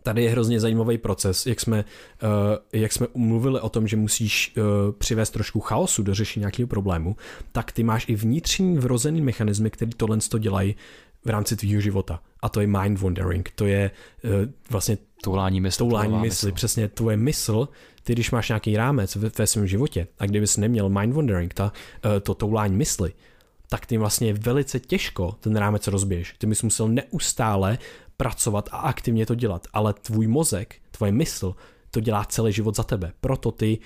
tady je hrozně zajímavý proces, jak jsme mluvili o tom, že musíš přivést trošku chaosu do řešení nějakého problému, tak ty máš i vnitřní vrozený mechanismy, který tohle dělají v rámci tvýho života. A to je mind wandering, to je vlastně toulání mysli. Přesně tvoje mysl, ty když máš nějaký rámec ve svém životě a kdybys neměl mind wandering, to toulání mysli, tak ty vlastně velice těžko ten rámec rozbiješ. Ty bys musel neustále pracovat a aktivně to dělat, ale tvůj mozek, tvoje mysl, to dělá celý život za tebe. Proto ty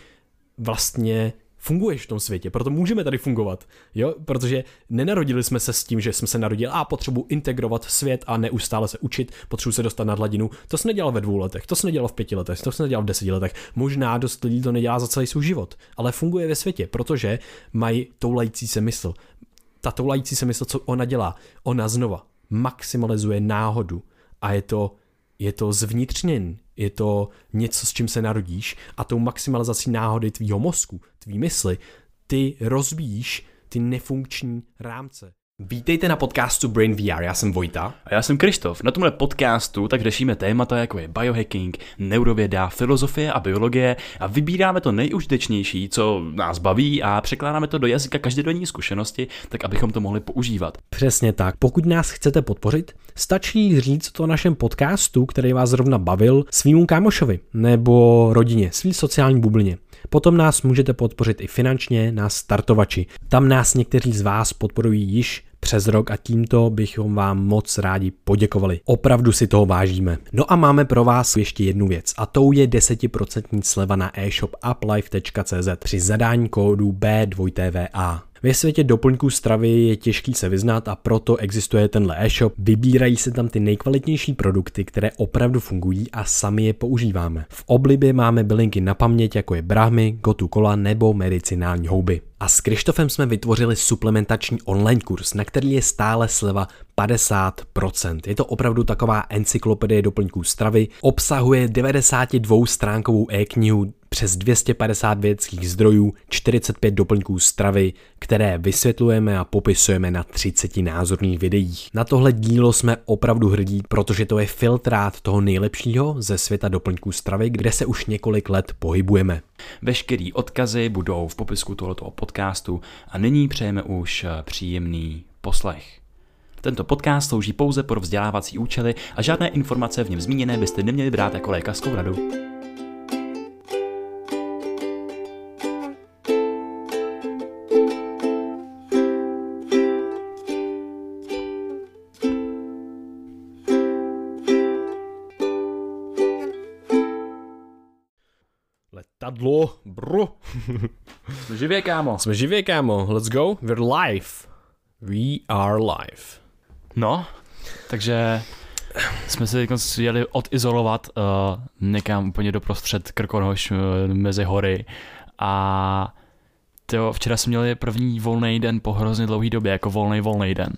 vlastně funguješ v tom světě, proto můžeme tady fungovat, jo? Protože nenarodili jsme se s tím, že jsme se narodili a potřebuji integrovat svět a neustále se učit, potřebuji se dostat nad hladinu. To jsi nedělal ve 2 letech, to jsi nedělal v 5 letech, to jsi nedělal v 10 letech. Možná dost lidí to nedělá za celý svůj život, ale funguje ve světě, protože mají toulající se mysl. Ta toulající se mysl, co ona dělá, ona znova maximalizuje náhodu a je to zvnitřněn, je to něco, s čím se narodíš a tou maximalizací náhody tvýho mozku, tvý mysli, ty rozbíjíš ty nefunkční rámce. Vítejte na podcastu Brain VR, já jsem Vojta. A já jsem Krištof. Na tomhle podcastu tak řešíme témata jako je biohacking, neurověda, filozofie a biologie a vybíráme to nejužitečnější, co nás baví a překládáme to do jazyka každodenní zkušenosti, tak abychom to mohli používat. Přesně tak. Pokud nás chcete podpořit, stačí říct to o našem podcastu, který vás zrovna bavil, svýmu kámošovi nebo rodině, svý sociální bublině. Potom nás můžete podpořit i finančně na Startovači. Tam nás někteří z vás podporují již přes rok a tímto bychom vám moc rádi poděkovali. Opravdu si toho vážíme. No a máme pro vás ještě jednu věc a tou je 10% sleva na e-shop uplife.cz při zadání kódu B2TVA. Ve světě doplňků stravy je těžký se vyznat a proto existuje tenhle e-shop. Vybírají se tam ty nejkvalitnější produkty, které opravdu fungují a sami je používáme. V oblibě máme bylinky na paměť, jako je brahmy, gotu kola nebo medicinální houby. A s Krištofem jsme vytvořili suplementační online kurz, na který je stále sleva 50%. Je to opravdu taková encyklopedie doplňků stravy, obsahuje 92stránkovou e-knihu, přes 250 vědeckých zdrojů, 45 doplňků stravy, které vysvětlujeme a popisujeme na 30 názorných videích. Na tohle dílo jsme opravdu hrdí, protože to je filtrát toho nejlepšího ze světa doplňků stravy, kde se už několik let pohybujeme. Veškerý odkazy budou v popisku tohoto podcastu a nyní přejeme už příjemný poslech. Tento podcast slouží pouze pro vzdělávací účely a žádné informace v něm zmíněné byste neměli brát jako lékařskou radu. Letadlo, bro. Jsme živě, kámo. Let's go. We're live. We are live. No, takže jsme se jeli odizolovat někam úplně doprostřed Krkonoš mezi hory a včera jsme měli první volný den po hrozně dlouhý době, jako volný den.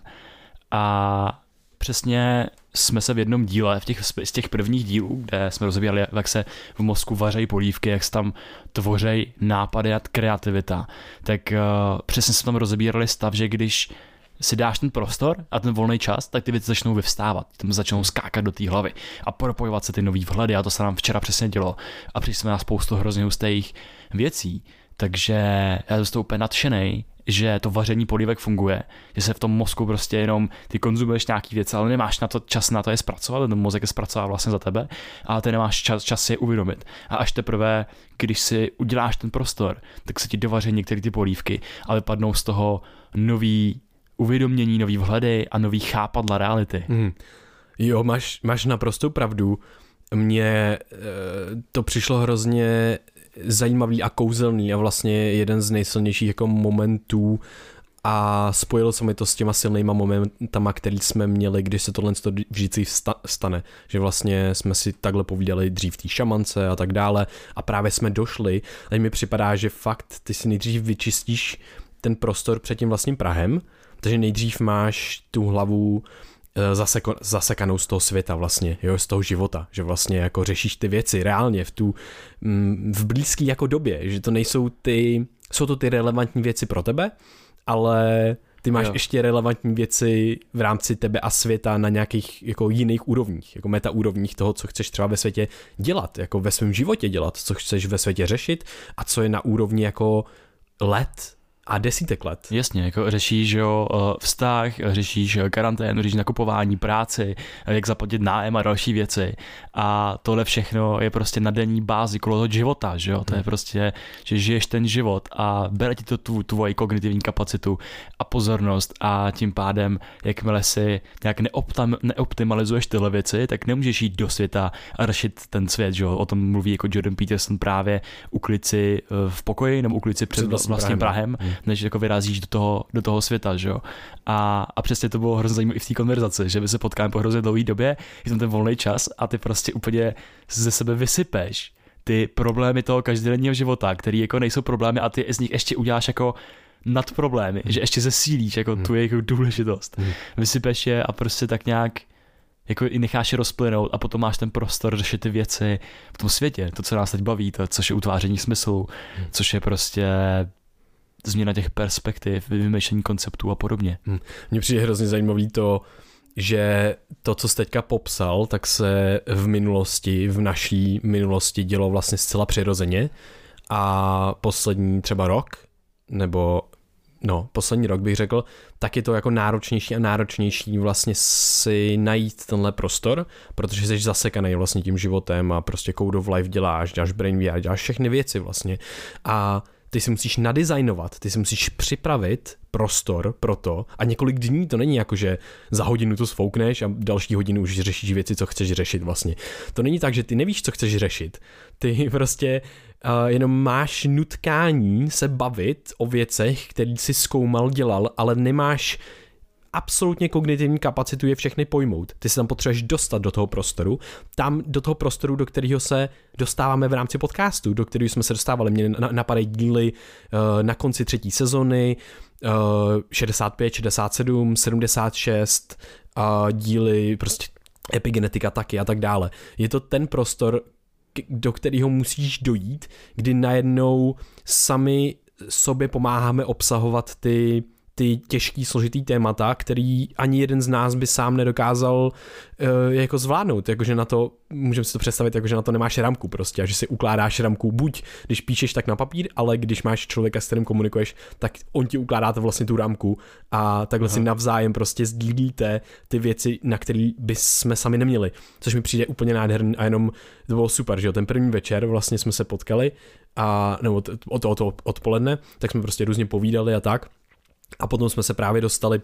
A přesně jsme se v jednom díle, z těch prvních dílů, kde jsme rozebírali, jak se v mozku vařejí polívky, jak se tam tvoří nápady a kreativita, tak přesně jsme tam rozebírali stav, že když si dáš ten prostor a ten volný čas, tak ty věci začnou vyvstávat, tam začnou skákat do té hlavy a propojovat se ty nový vhledy a to se nám včera přesně dělo a přišli jsme na spoustu hrozně hustých věcí, takže já jsem z toho úplně nadšenej, že to vaření polívek funguje, že se v tom mozku prostě jenom ty konzumuješ nějaký věci, ale nemáš na to čas na to je zpracovat, ten mozek je zpracová vlastně za tebe, ale ty nemáš čas si je uvědomit. A až teprve, když si uděláš ten prostor, tak se ti dovaří některé ty polívky a vypadnou z toho nový uvědomění, nový vhledy a nový chápadla reality. Jo, máš naprostou pravdu. Mně to přišlo hrozně zajímavý a kouzelný a vlastně jeden z nejsilnějších jako momentů a spojilo se mi to s těma silnýma momentama, který jsme měli, když se tohle vždycky stane, že vlastně jsme si takhle povídali dřív v té šamance a tak dále a právě jsme došli, teď mi připadá, že fakt ty si nejdřív vyčistíš ten prostor před tím vlastním prahem, takže nejdřív máš tu hlavu zasekanou z toho světa vlastně, jo, z toho života, že vlastně jako řešíš ty věci reálně v blízké jako době, že to nejsou jsou to ty relevantní věci pro tebe, ale Ty máš ještě relevantní věci v rámci tebe a světa na nějakých jako jiných úrovních, jako meta úrovních toho, co chceš třeba ve světě dělat, jako ve svém životě dělat, co chceš ve světě řešit a co je na úrovni jako let a desítek let. Jasně, jako řešíš jo, vztah, řešíš karanténu, řešíš nakupování, práci, jak zaplatit nájem a další věci. A tohle všechno je prostě na denní bázi kolem toho života, že jo? To je prostě, že žiješ ten život a bere ti to tu tvoji kognitivní kapacitu a pozornost a tím pádem, jakmile si nějak neoptimalizuješ tyhle věci, tak nemůžeš jít do světa a řešit ten svět, že jo? O tom mluví jako Jordan Peterson právě uklid si v pokoji nebo uklid si před vlastním prahem. Než jako vyrazíš do toho světa, že jo. A přesně to bylo hrozně zajímavé i v té konverzaci, že my se potkáme po hrozně dlouhé době, je tam ten volný čas a ty prostě úplně ze sebe vysypeš ty problémy toho každodenního života, který jako nejsou problémy a ty z nich ještě uděláš jako nad problémy, že ještě zesílíš jako tu jejich důležitost. Vysypeš je a prostě tak nějak jako i necháš je rozplynout a potom máš ten prostor řešit ty věci v tom světě, to, co nás teď baví, to, což je utváření smyslu, což je prostě změna těch perspektiv, vymýšlení konceptů a podobně. Mně přijde hrozně zajímavý to, že to, co jsi teďka popsal, tak se v naší minulosti dělo vlastně zcela přirozeně a poslední třeba rok, poslední rok bych řekl, tak je to jako náročnější a náročnější vlastně si najít tenhle prostor, protože jsi zasekaný vlastně tím životem a prostě Code of Life děláš Brain VR, děláš všechny věci vlastně a ty si musíš nadizajnovat, ty si musíš připravit prostor pro to a několik dní, to není jako, že za hodinu to sfoukneš a další hodinu už řešíš věci, co chceš řešit vlastně. To není tak, že ty nevíš, co chceš řešit. Ty prostě jenom máš nutkání se bavit o věcech, které jsi zkoumal, dělal, ale nemáš absolutně kognitivní kapacitu je všechny pojmout. Ty se tam potřebuješ dostat do toho prostoru, do kterého se dostáváme v rámci podcastu, do kterého jsme se dostávali. Mě napadají díly na konci 3. sezony, 65, 67, 76, díly prostě epigenetika taky a tak dále. Je to ten prostor, do kterého musíš dojít, kdy najednou sami sobě pomáháme obsahovat ty těžký, složitý témata, který ani jeden z nás by sám nedokázal jako zvládnout, jakože na to, můžeme si to představit, jakože na to nemáš ramku prostě a že si ukládáš ramku buď, když píšeš tak na papír, ale když máš člověka, s kterým komunikuješ, tak on ti ukládá vlastně tu ramku a takhle si navzájem prostě sdílíte ty věci, na které bychom sami neměli, což mi přijde úplně nádherný a jenom to bylo super, že jo, ten první večer vlastně jsme se potkali nebo odpoledne, tak jsme prostě různě povídali a tak. A potom jsme se právě dostali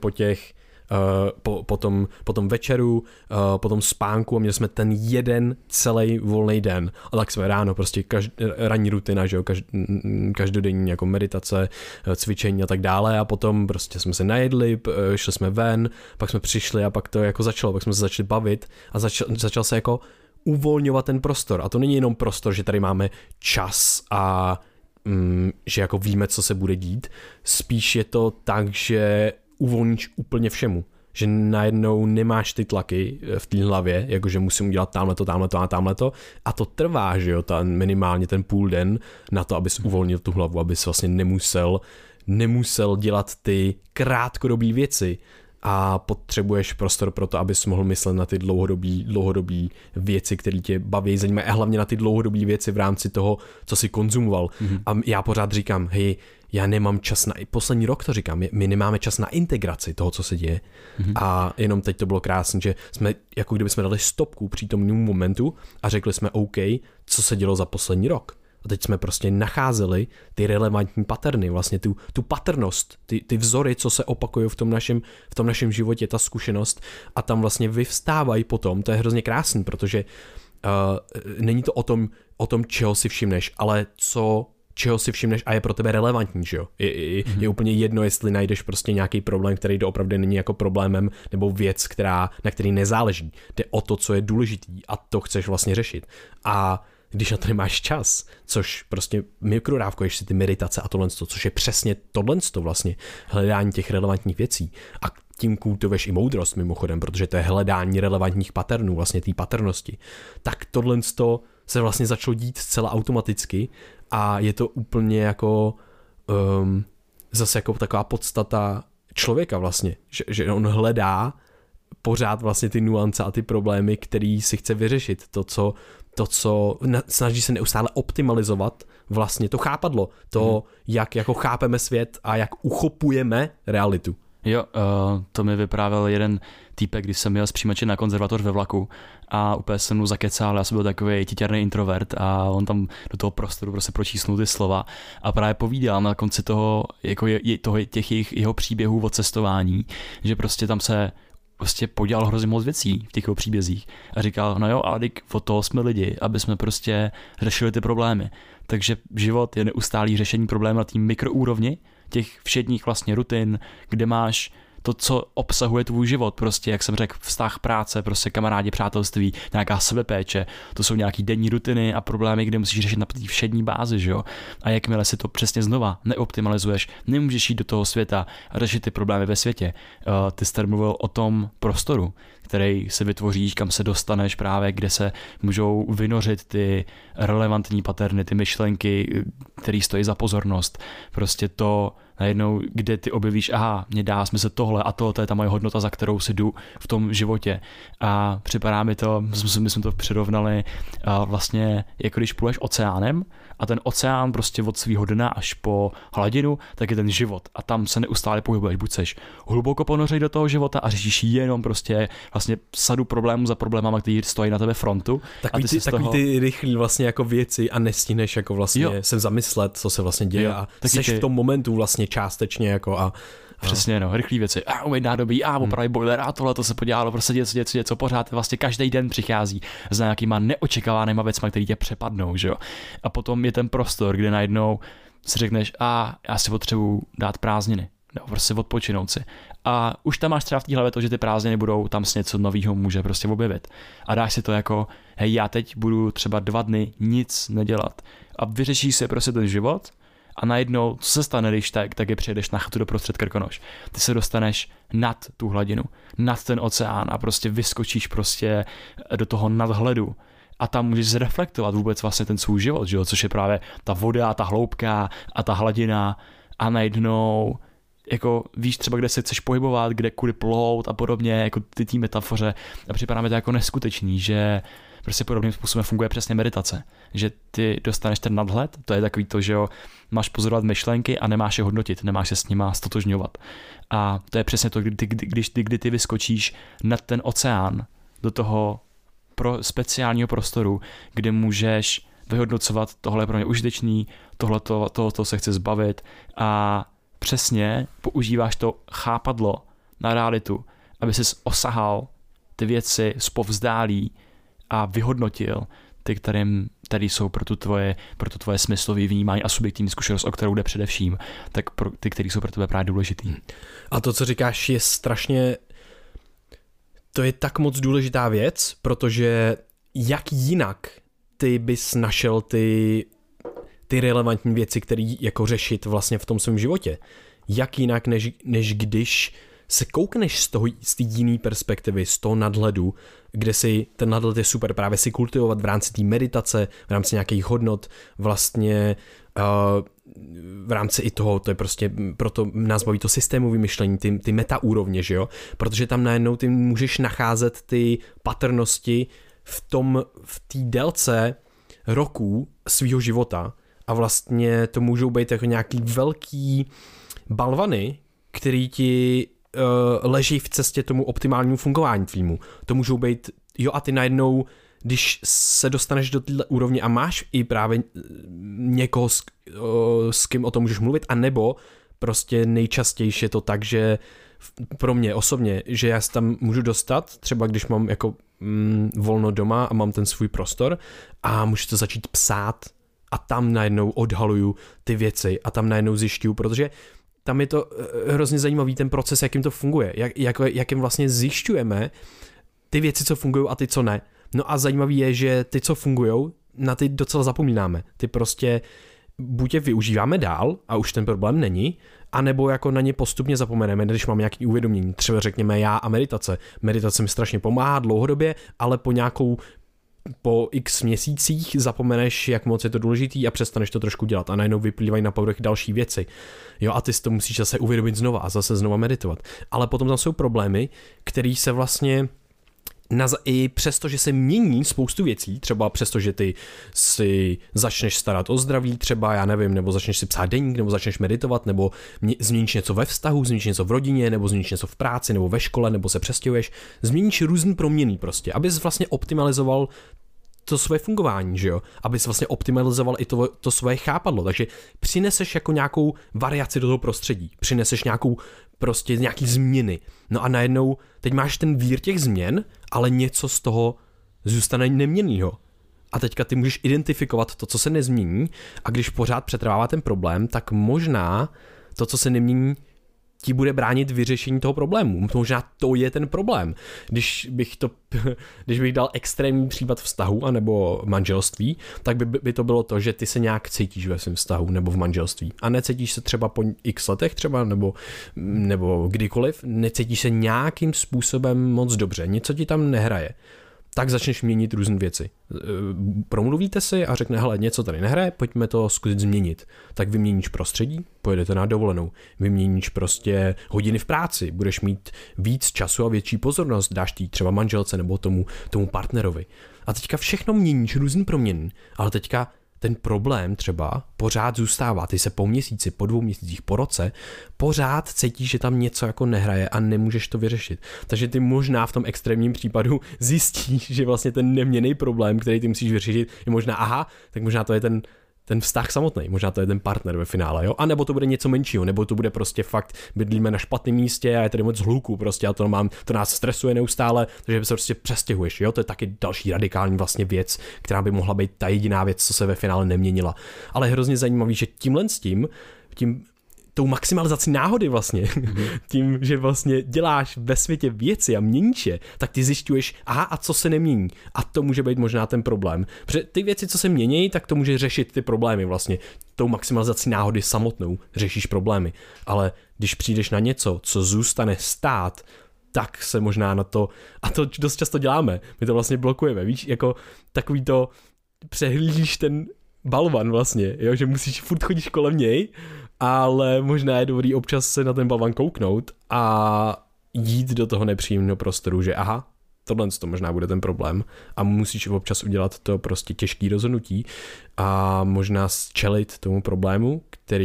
po tom večeru, po tom spánku a měli jsme ten jeden celý volný den. A tak jsme ráno prostě ranní rutina, že jo, každodenní jako meditace, cvičení a tak dále a potom prostě jsme se najedli, šli jsme ven, pak jsme přišli a pak to jako začalo, pak jsme se začali bavit a začal se jako uvolňovat ten prostor. A to není jenom prostor, že tady máme čas a že jako víme, co se bude dít. Spíš je to tak, že uvolníš úplně všemu. Že najednou nemáš ty tlaky v té hlavě, jakože musím udělat tamhleto. A to trvá, že jo, minimálně ten půl den na to, abys uvolnil tu hlavu, abys vlastně nemusel dělat ty krátkodobé věci. A potřebuješ prostor pro to, abys mohl myslet na ty dlouhodobý věci, které tě baví, zajímají a hlavně na ty dlouhodobé věci v rámci toho, co jsi konzumoval. A já pořád říkám, hej, já nemám čas poslední rok to říkám, my nemáme čas na integraci toho, co se děje. A jenom teď to bylo krásné, že jsme, jako kdyby jsme dali stopku přítomnému momentu a řekli jsme OK, co se dělo za poslední rok. A teď jsme prostě nacházeli ty relevantní paterny, vlastně tu patrnost, ty vzory, co se opakují v tom našem životě, ta zkušenost a tam vlastně vyvstávají potom, to je hrozně krásný, protože není to o tom, čeho si všimneš, ale čeho si všimneš a je pro tebe relevantní, že jo? Je úplně jedno, jestli najdeš prostě nějaký problém, který doopravdy není jako problémem, nebo věc, na který nezáleží. Jde o to, co je důležitý a to chceš vlastně řešit. A když na to nemáš čas, což prostě mikrodávkuješ si ty meditace a tohle, což je přesně tohle vlastně, hledání těch relevantních věcí. A tím kultivuješ i moudrost mimochodem, protože to je hledání relevantních paternů, vlastně té patrnosti. Tak tohle se vlastně začalo dít zcela automaticky a je to úplně jako zase jako taková podstata člověka vlastně, že on hledá pořád vlastně ty nuance a ty problémy, který si chce vyřešit, to, co snaží se neustále optimalizovat vlastně to chápadlo, jak jako chápeme svět a jak uchopujeme realitu. Jo, to mi vyprávěl jeden týpek, když jsem jel z přijímače na konzervatoř ve vlaku a úplně se mnou zakecal, já jsem byl takový titěrný introvert a on tam do toho prostoru prostě pročísnul ty slova a právě povídal na konci toho, jako těch jeho příběhů o cestování, že prostě tam se prostě podělal hrozně moc věcí v těch jeho příbězích a říkal, no jo, ale od toho jsme lidi, aby jsme prostě řešili ty problémy. Takže život je neustálý řešení problémů na té mikroúrovni, těch všedních vlastně rutin, kde máš to, co obsahuje tvůj život, prostě, jak jsem řekl, vztah, práce, prostě kamarádi, přátelství, nějaká sebepéče, to jsou nějaký denní rutiny a problémy, kde musíš řešit na té všední bázi, že jo? A jakmile si to přesně znova neoptimalizuješ, nemůžeš jít do toho světa a řešit ty problémy ve světě. Ty jsi tady mluvil o tom prostoru, který se vytvoříš, kam se dostaneš právě, kde se můžou vynořit ty relevantní paterny, ty myšlenky, které stojí za pozornost. Prostě to najednou, kde ty objevíš, aha, mě dá smysl tohle a to je ta moje hodnota, za kterou si jdu v tom životě. A připadá mi to, my jsme to přirovnali vlastně, jako když pluješ oceánem a ten oceán prostě od svého dna až po hladinu, tak je ten život a tam se neustále pohybuješ, buď seš hluboko ponořej do toho života a řešíš jenom prostě vlastně sadu problémů za problémama, který stojí na tebe frontu. Takový ty rychlý vlastně jako věci a nestíneš jako vlastně se zamyslet, co se vlastně děje a seš v tom momentu vlastně částečně jako a přesně, no, rychlý věci. Umej nádobí, opravit boiler, a tohle to se podělalo, prostě něco pořád, vlastně každý den přichází s nějakýma neočekávanýma věcma, které tě přepadnou, že jo. A potom je ten prostor, kde najednou si řekneš, já si potřebuju dát prázdniny, no, prostě odpočinout si. A už tam máš třeba v té hlavě to, že ty prázdniny budou, tam se něco nového může prostě objevit. A dáš si to jako, hej, já teď budu třeba 2 dny nic nedělat. A vyřešíš si prostě ten život. A najednou, co se stane, když tak je přijedeš na chatu doprostřed Krkonoš. Ty se dostaneš nad tu hladinu, nad ten oceán a prostě vyskočíš prostě do toho nadhledu. A tam můžeš zreflektovat vůbec vlastně ten svůj život, že jo? Což je právě ta voda, ta hloubka a ta hladina. A najednou jako víš třeba, kde se chceš pohybovat, kde kudy plout a podobně, jako ty metafoře. A připadá mi to jako neskutečný, že prostě podobným způsobem funguje přesně meditace. Že ty dostaneš ten nadhled, to je takový to, že jo, máš pozorovat myšlenky a nemáš je hodnotit, nemáš se s nima stotožňovat. A to je přesně to, kdy ty vyskočíš nad ten oceán do toho speciálního prostoru, kde můžeš vyhodnocovat, tohle je pro mě užitečný, tohle se chci zbavit a přesně používáš to chápadlo na realitu, aby ses osahal ty věci zpovzdálí a vyhodnotil ty, které jsou pro to tvoje smyslové vnímání a subjektivní zkušenost, o kterou jde především, tak pro ty, které jsou pro tebe právě důležitý. A to, co říkáš, je strašně, to je tak moc důležitá věc, protože jak jinak ty bys našel ty relevantní věci, které jako řešit vlastně v tom svém životě. Jak jinak, než když se koukneš z té jiné perspektivy, z toho nadhledu, kde si ten nadhled je super právě si kultivovat v rámci té meditace, v rámci nějakých hodnot, vlastně v rámci i toho, to je prostě, proto nás baví to systémové myšlení, ty meta úrovně, že jo? Protože tam najednou ty můžeš nacházet ty patrnosti v té délce roků svýho života a vlastně to můžou být jako nějaký velký balvany, který ti leží v cestě tomu optimálnímu fungování tvýmu. To můžou být, jo a ty najednou, když se dostaneš do této úrovně a máš i právě někoho, s kým o tom můžeš mluvit, anebo prostě nejčastěji je to tak, že pro mě osobně, že já se tam můžu dostat, třeba když mám jako volno doma a mám ten svůj prostor a můžu to začít psát a tam najednou odhaluju ty věci a tam najednou zjišťuju, protože tam je to hrozně zajímavý ten proces, jakým to funguje, jakým vlastně zjišťujeme ty věci, co fungují a ty, co ne. No a zajímavý je, že ty, co fungují, na ty docela zapomínáme. Ty prostě buď je využíváme dál a už ten problém není, anebo jako na ně postupně zapomeneme, když máme nějaký uvědomění. Třeba řekněme já a meditace. Meditace mi strašně pomáhá dlouhodobě, ale po nějakou po x měsících zapomeneš, jak moc je to důležitý a přestaneš to trošku dělat a najednou vyplývají na povrch další věci. Jo, a ty si to musíš zase uvědomit znova a zase znova meditovat. Ale potom tam jsou problémy, které se vlastně i přesto, že se mění spoustu věcí, třeba přesto, že ty si začneš starat o zdraví, třeba já nevím, nebo začneš si psát deník, nebo začneš meditovat, nebo změníš něco ve vztahu, změníš něco v rodině, nebo změníš něco v práci, nebo ve škole, nebo se přestěhuješ, změníš různý proměny prostě, abys vlastně optimalizoval to svoje fungování, že jo? Abys vlastně optimalizoval i to svoje chápadlo, takže přineseš jako nějakou variaci do toho prostředí, přineseš nějaký změny, no a najednou teď máš ten vír těch změn, ale něco z toho zůstane neměnnýho. A teďka ty můžeš identifikovat to, co se nezmění a když pořád přetrvává ten problém, tak možná to, co se nemění, ti bude bránit vyřešení toho problému. Možná to je ten problém. Když bych dal extrémní případ vztahu anebo manželství, tak by to bylo to, že ty se nějak cítíš ve svém vztahu nebo v manželství. A necítíš se třeba po x letech třeba nebo kdykoliv, necítíš se nějakým způsobem moc dobře. Něco ti tam nehraje. Tak začneš měnit různé věci. Promluvíte si a řekne, hele, něco tady nehraje, pojďme to zkusit změnit. Tak vyměníš prostředí, pojedete na dovolenou, vyměníš prostě hodiny v práci, budeš mít víc času a větší pozornost, dáš tý třeba manželce nebo tomu partnerovi. A teďka všechno měníš, různý proměny, ale teďka ten problém třeba pořád zůstává. Ty se po měsíci, po 2 měsících, po roce pořád cítíš, že tam něco jako nehraje a nemůžeš to vyřešit. Takže ty možná v tom extrémním případu zjistíš, že vlastně ten neměnný problém, který ty musíš vyřešit, je možná tak možná to je ten vztah samotný, možná to je ten partner ve finále, jo? A nebo to bude něco menšího, nebo to bude prostě fakt, bydlíme na špatném místě a je tady moc hluku prostě a to nás stresuje neustále, takže se prostě přestěhuješ, jo? To je taky další radikální vlastně věc, která by mohla být ta jediná věc, co se ve finále neměnila. Ale je hrozně zajímavý, že tou maximalizací náhody vlastně, tím, že vlastně děláš ve světě věci a měníš je, tak ty zjišťuješ, a co se nemění. A to může být možná ten problém. Protože ty věci, co se mění, tak to může řešit ty problémy vlastně. Tou maximalizací náhody samotnou řešíš problémy. Ale když přijdeš na něco, co zůstane stát, tak se možná na to, a to dost často děláme, my to vlastně blokujeme, víš, jako takový to přehlížíš ten balvan vlastně, jo, že furt chodíš kolem něj, ale možná je dobrý občas se na ten balvan kouknout a jít do toho nepříjemného prostoru, že tohle to možná bude ten problém a musíš občas udělat to prostě těžký rozhodnutí a možná čelit tomu problému,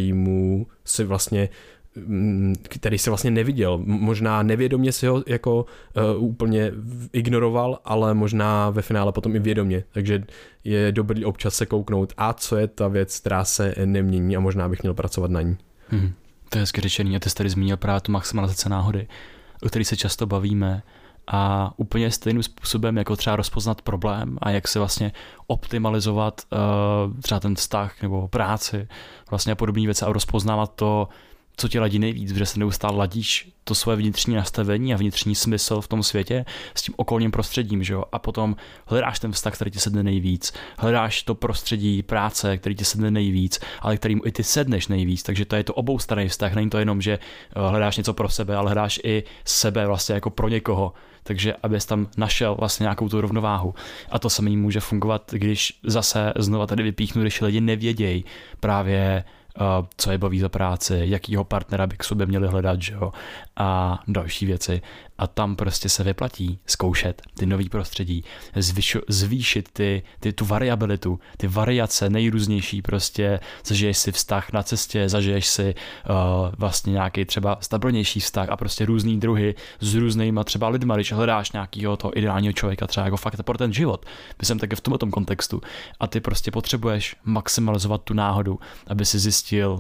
který si vlastně neviděl. Možná nevědomě si ho jako úplně ignoroval, ale možná ve finále potom i vědomě. Takže je dobrý občas se kouknout, a co je ta věc, která se nemění a možná bych měl pracovat na ní. To je hezky řečený a ty jsi tady zmínil právě tu maximalizaci náhody, o který se často bavíme a úplně stejným způsobem, jako třeba rozpoznat problém a jak se vlastně optimalizovat třeba ten vztah nebo práci, vlastně podobné věci a rozpoznávat to, co tě ladí nejvíc, protože se neustále ladíš to svoje vnitřní nastavení a vnitřní smysl v tom světě s tím okolním prostředím, že jo? A potom hledáš ten vztah, který ti sedne nejvíc, hledáš to prostředí práce, který ti sedne nejvíc, ale kterým i ty sedneš nejvíc, takže to je to oboustranný vztah, není to jenom, že hledáš něco pro sebe, ale hledáš i sebe vlastně jako pro někoho, takže abys tam našel vlastně nějakou tu rovnováhu. A to samé může fungovat, když zase znova tady vypíchnu, když lidi nevědějí právě co je baví za práci, jakýho partnera by k sobě měli hledat, že jo, a další věci. A tam prostě se vyplatí zkoušet ty nový prostředí, zvýšit tu variabilitu, ty variace nejrůznější, prostě zažiješ si vztah na cestě, zažiješ si vlastně nějaký třeba stabilnější vztah a prostě různý druhy s různýma třeba lidma, když hledáš nějakýho toho ideálního člověka, třeba jako fakt pro ten život. Myslím také v tomto kontextu. A ty prostě potřebuješ maximalizovat tu náhodu, aby si zjistil,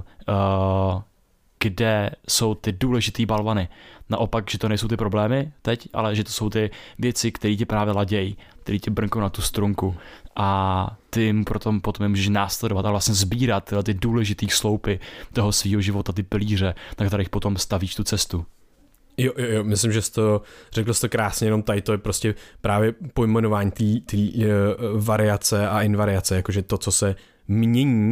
kde jsou ty důležitý balvany. Naopak, že to nejsou ty problémy teď, ale že to jsou ty věci, které ti právě ladějí, které ti brnkou na tu strunku a ty jim potom můžeš následovat a vlastně sbírat tyhle ty důležitý sloupy toho svého života, ty pilíře, na kterých potom stavíš tu cestu. Jo, myslím, že jsi to řekl to krásně, jenom tady to je prostě právě pojmenování té variace a invariace, jakože to, co se mění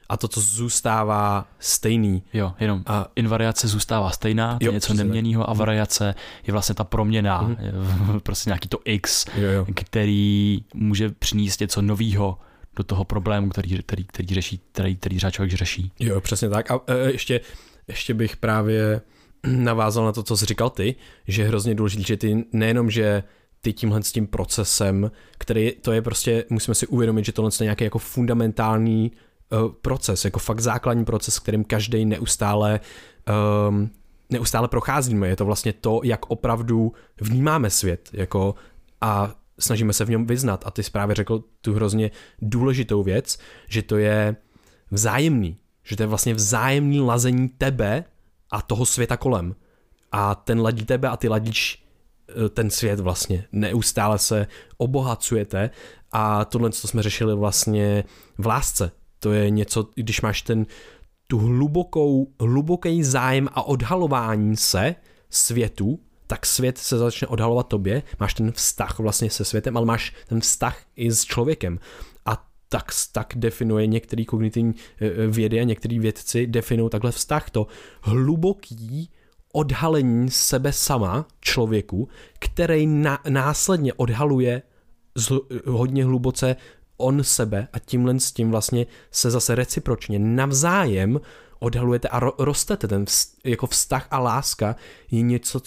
a to, co zůstává stejný. Jo, jenom invariace zůstává stejná, to je něco neměnnýho a variace je vlastně ta proměna, prostě nějaký to x, který může přinést něco novýho do toho problému, který řeší, který třeba člověk řeší. Jo, přesně tak. A ještě bych právě navázal na to, co jsi říkal ty, že je hrozně důležité, že ty nejenom, že ty tímhle s tím procesem, který to je prostě, musíme si uvědomit, že tohle je nějaký jako fundamentální proces, jako fakt základní proces, kterým každý neustále procházíme. Je to vlastně to, jak opravdu vnímáme svět, jako a snažíme se v něm vyznat. A ty jsi právě řekl tu hrozně důležitou věc, že to je vzájemný, že to je vlastně vzájemný lazení tebe a toho světa kolem. A ten ladí tebe a ty ladíš ten svět vlastně. Neustále se obohacujete a tohle, co jsme řešili vlastně v lásce. To je něco, když máš tu hluboký zájem a odhalování se světu, tak svět se začne odhalovat tobě, máš ten vztah vlastně se světem, ale máš ten vztah i s člověkem. A tak definuje některý kognitivní vědy a některý vědci definují takhle vztah, to hluboký odhalení sebe sama člověku, který následně odhaluje hodně hluboce on sebe a tímhle s tím vlastně se zase recipročně navzájem odhalujete a rostete. Ten jako vztah a láska je něco,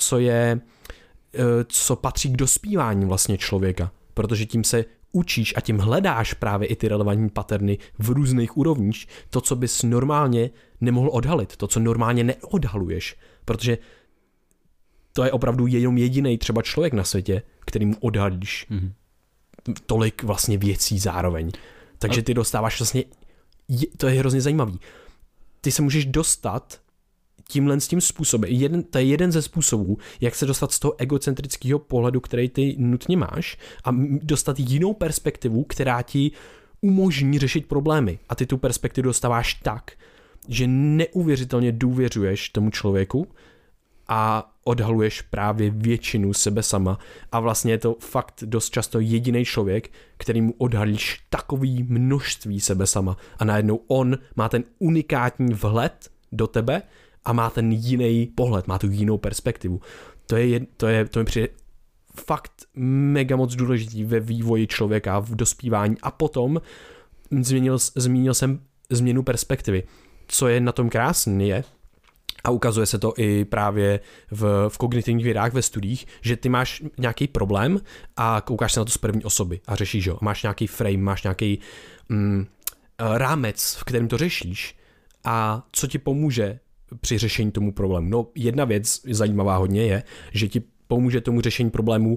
co patří k dospívání vlastně člověka, protože tím se učíš a tím hledáš právě i ty relevantní paterny v různých úrovních, to, co bys normálně nemohl odhalit, to, co normálně neodhaluješ, protože to je opravdu jenom jediný třeba člověk na světě, kterýmu odhalíš tolik vlastně věcí zároveň. Takže ty dostáváš vlastně, to je hrozně zajímavý, ty se můžeš dostat tímhle s tím způsobem. To je jeden ze způsobů, jak se dostat z toho egocentrického pohledu, který ty nutně máš, a dostat jinou perspektivu, která ti umožní řešit problémy. A ty tu perspektivu dostáváš tak, že neuvěřitelně důvěřuješ tomu člověku a odhaluješ právě většinu sebe sama. A vlastně je to fakt dost často jediný člověk, kterýmu odhalíš takový množství sebe sama. A najednou on má ten unikátní vhled do tebe a má ten jiný pohled, má tu jinou perspektivu. To mi přijde fakt mega moc důležitý ve vývoji člověka, v dospívání. A potom zmínil jsem změnu perspektivy. Co je na tom krásný je, a ukazuje se to i právě v kognitivních vědách, ve studiích, že ty máš nějaký problém a koukáš se na to z první osoby a řešíš ho. Máš nějaký frame, máš nějaký rámec, v kterém to řešíš a co ti pomůže při řešení tomu problému. No, jedna věc zajímavá hodně je, že ti pomůže tomu řešení problému,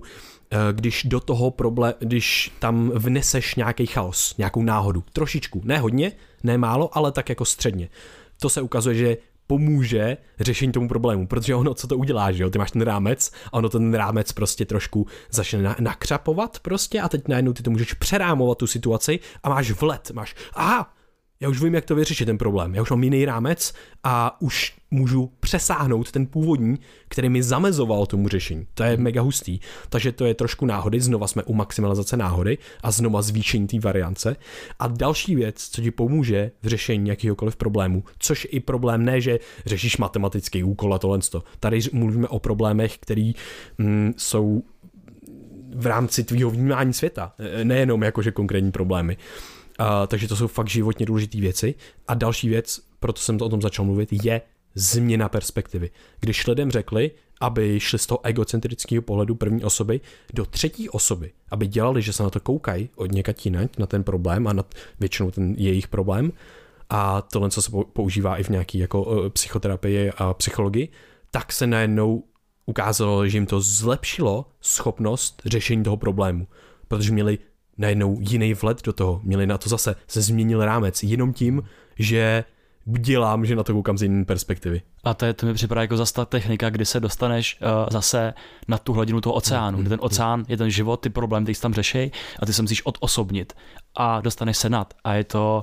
když tam vneseš nějaký chaos, nějakou náhodu. Trošičku, ne hodně, ne málo, ale tak jako středně. To se ukazuje, že pomůže řešení tomu problému, protože ono, co to udělá, že jo, ty máš ten rámec a ono ten rámec prostě trošku začne nakřapovat prostě a teď najednou ty to můžeš přerámovat tu situaci a máš vlet, já už vím, jak to vyřešit ten problém, já už mám jiný rámec a už můžu přesáhnout ten původní, který mi zamezoval tomu řešení. To je mega hustý, takže to je trošku náhody, znova jsme u maximalizace náhody a znova zvýšení té variance. A další věc, co ti pomůže v řešení jakýhokoliv problému, což i problém ne, že řešíš matematický úkol a tohle. Tady mluvíme o problémech, které jsou v rámci tvýho vnímání světa, nejenom jakože konkrétní problémy. Takže to jsou fakt životně důležité věci. A další věc, proto jsem to o tom začal mluvit, je změna perspektivy. Když lidem řekli, aby šli z toho egocentrického pohledu první osoby do třetí osoby, aby dělali, že se na to koukají od někať jinak, na ten problém a na většinou ten jejich problém, a tohle, co se používá i v nějaké jako psychoterapii a psychologii, tak se najednou ukázalo, že jim to zlepšilo schopnost řešení toho problému, protože měli najednou jiný vhled do toho, měli na to zase, se změnil rámec, jenom tím, že dělám, že na to koukám z jiné perspektivy. A to mi připadá jako zase ta technika, kdy se dostaneš zase na tu hladinu toho oceánu, kde ten oceán je ten život, ty problémy, ty se tam řeší a ty se musíš odosobnit a dostaneš se nad. A je to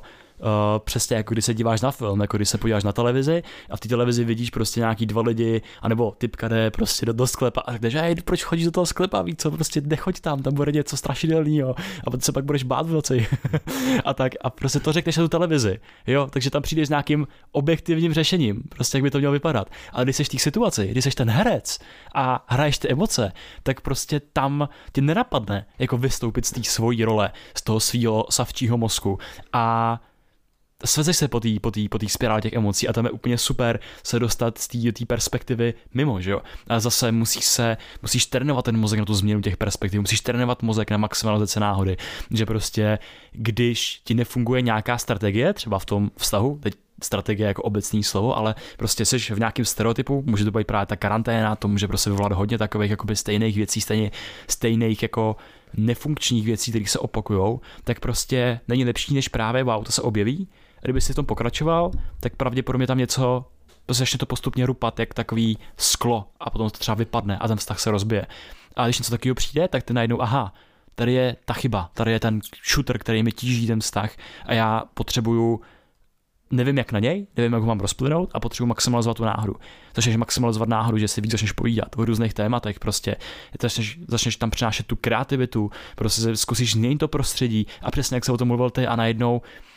přesně jako když se díváš na film, jako když se podíváš na televizi a v té televizi vidíš prostě nějaký dva lidi, anebo typka jde prostě do sklepa a řekneš, proč chodíš do toho sklepa, víš co, prostě nechoď tam bude něco strašidelného a potom se pak budeš bát v noci a tak a prostě to řekneš na tu televizi, jo, takže tam přijdeš s nějakým objektivním řešením, prostě jak by to mělo vypadat. Ale když jsi v té situaci, když jsi ten herec a hraješ ty emoce, tak prostě tam ti nenapadne jako vystoupit z té svojí role, z toho svého savčího mozku a svezeš se po té spirále těch emocí a tam je úplně super se dostat z té perspektivy mimo, že jo. A zase musíš trénovat ten mozek na tu změnu těch perspektiv, musíš trénovat mozek na maximalizaci náhody, že prostě když ti nefunguje nějaká strategie, třeba v tom vztahu, teď strategie jako obecný slovo, ale prostě jsi v nějakém stereotypu, může to být právě ta karanténa, to může prostě vyvolat hodně takových jakoby stejných věcí, stejných jako nefunkčních věcí, které se opakujou, tak prostě není lepší než právě wow, to se objeví. A kdyby si v tom pokračoval, tak pravděpodobně tam něco začne to postupně rupat, jak takový sklo a potom to třeba vypadne a ten vztah se rozbije. A když něco takového přijde, tak ty najednou, aha, tady je ta chyba, tady je ten shooter, který mi tíží ten vztah a já potřebuju, nevím jak na něj, nevím jak ho mám rozplynout a potřebuji maximalizovat tu náhodu. Začneš maximalizovat náhodu, že si víc začneš povídat o různých tématech, prostě začneš tam přinášet tu kreativitu, prostě zkusíš změnit to prostředí a přesně jak se o tom mluvil ty a najednou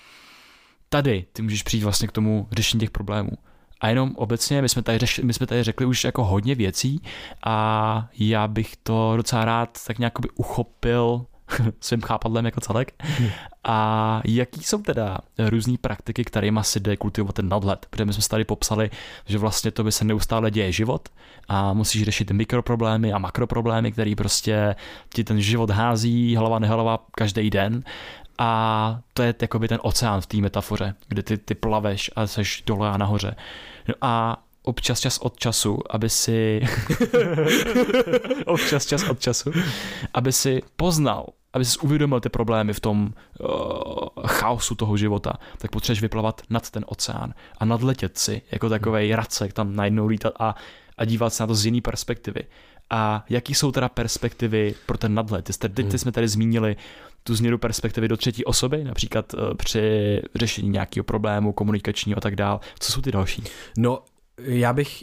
tady ty můžeš přijít vlastně k tomu řešení těch problémů. A jenom obecně, my jsme tady řekli už jako hodně věcí a já bych to docela rád tak nějak by uchopil svým chápadlem jako celek. A jaký jsou teda různý praktiky, kterýma si jde kultivovat ten nadhled? Protože my jsme si tady popsali, že vlastně to by se neustále děje život a musíš řešit mikroproblémy a makroproblémy, který prostě ti ten život hází hlava nehlava každý den. A to je jakoby ten oceán v té metafoře, kde ty plaveš a seš dole a nahoře. No a občas čas od času, aby si aby si poznal, aby si uvědomil ty problémy v tom chaosu toho života, tak potřebuješ vyplavat nad ten oceán a nadletět si jako takovej racek tam najednou lítat a dívat se na to z jiné perspektivy. A jaký jsou teda perspektivy pro ten nadhled? Ty jsme tady zmínili tu změnu perspektivy do třetí osoby, například při řešení nějakého problému komunikačního a tak dál. Co jsou ty další? No, já bych,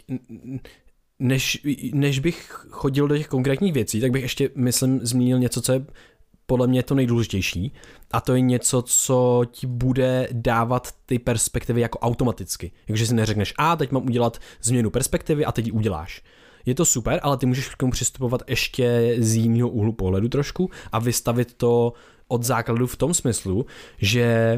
než bych chodil do těch konkrétních věcí, tak bych ještě, myslím, zmínil něco, co je podle mě to nejdůležitější, a to je něco, co ti bude dávat ty perspektivy jako automaticky. Takže si neřekneš, teď mám udělat změnu perspektivy a teď ji uděláš. Je to super, ale ty můžeš k tomu přistupovat ještě z jiného úhlu pohledu trošku a vystavit to od základu v tom smyslu, že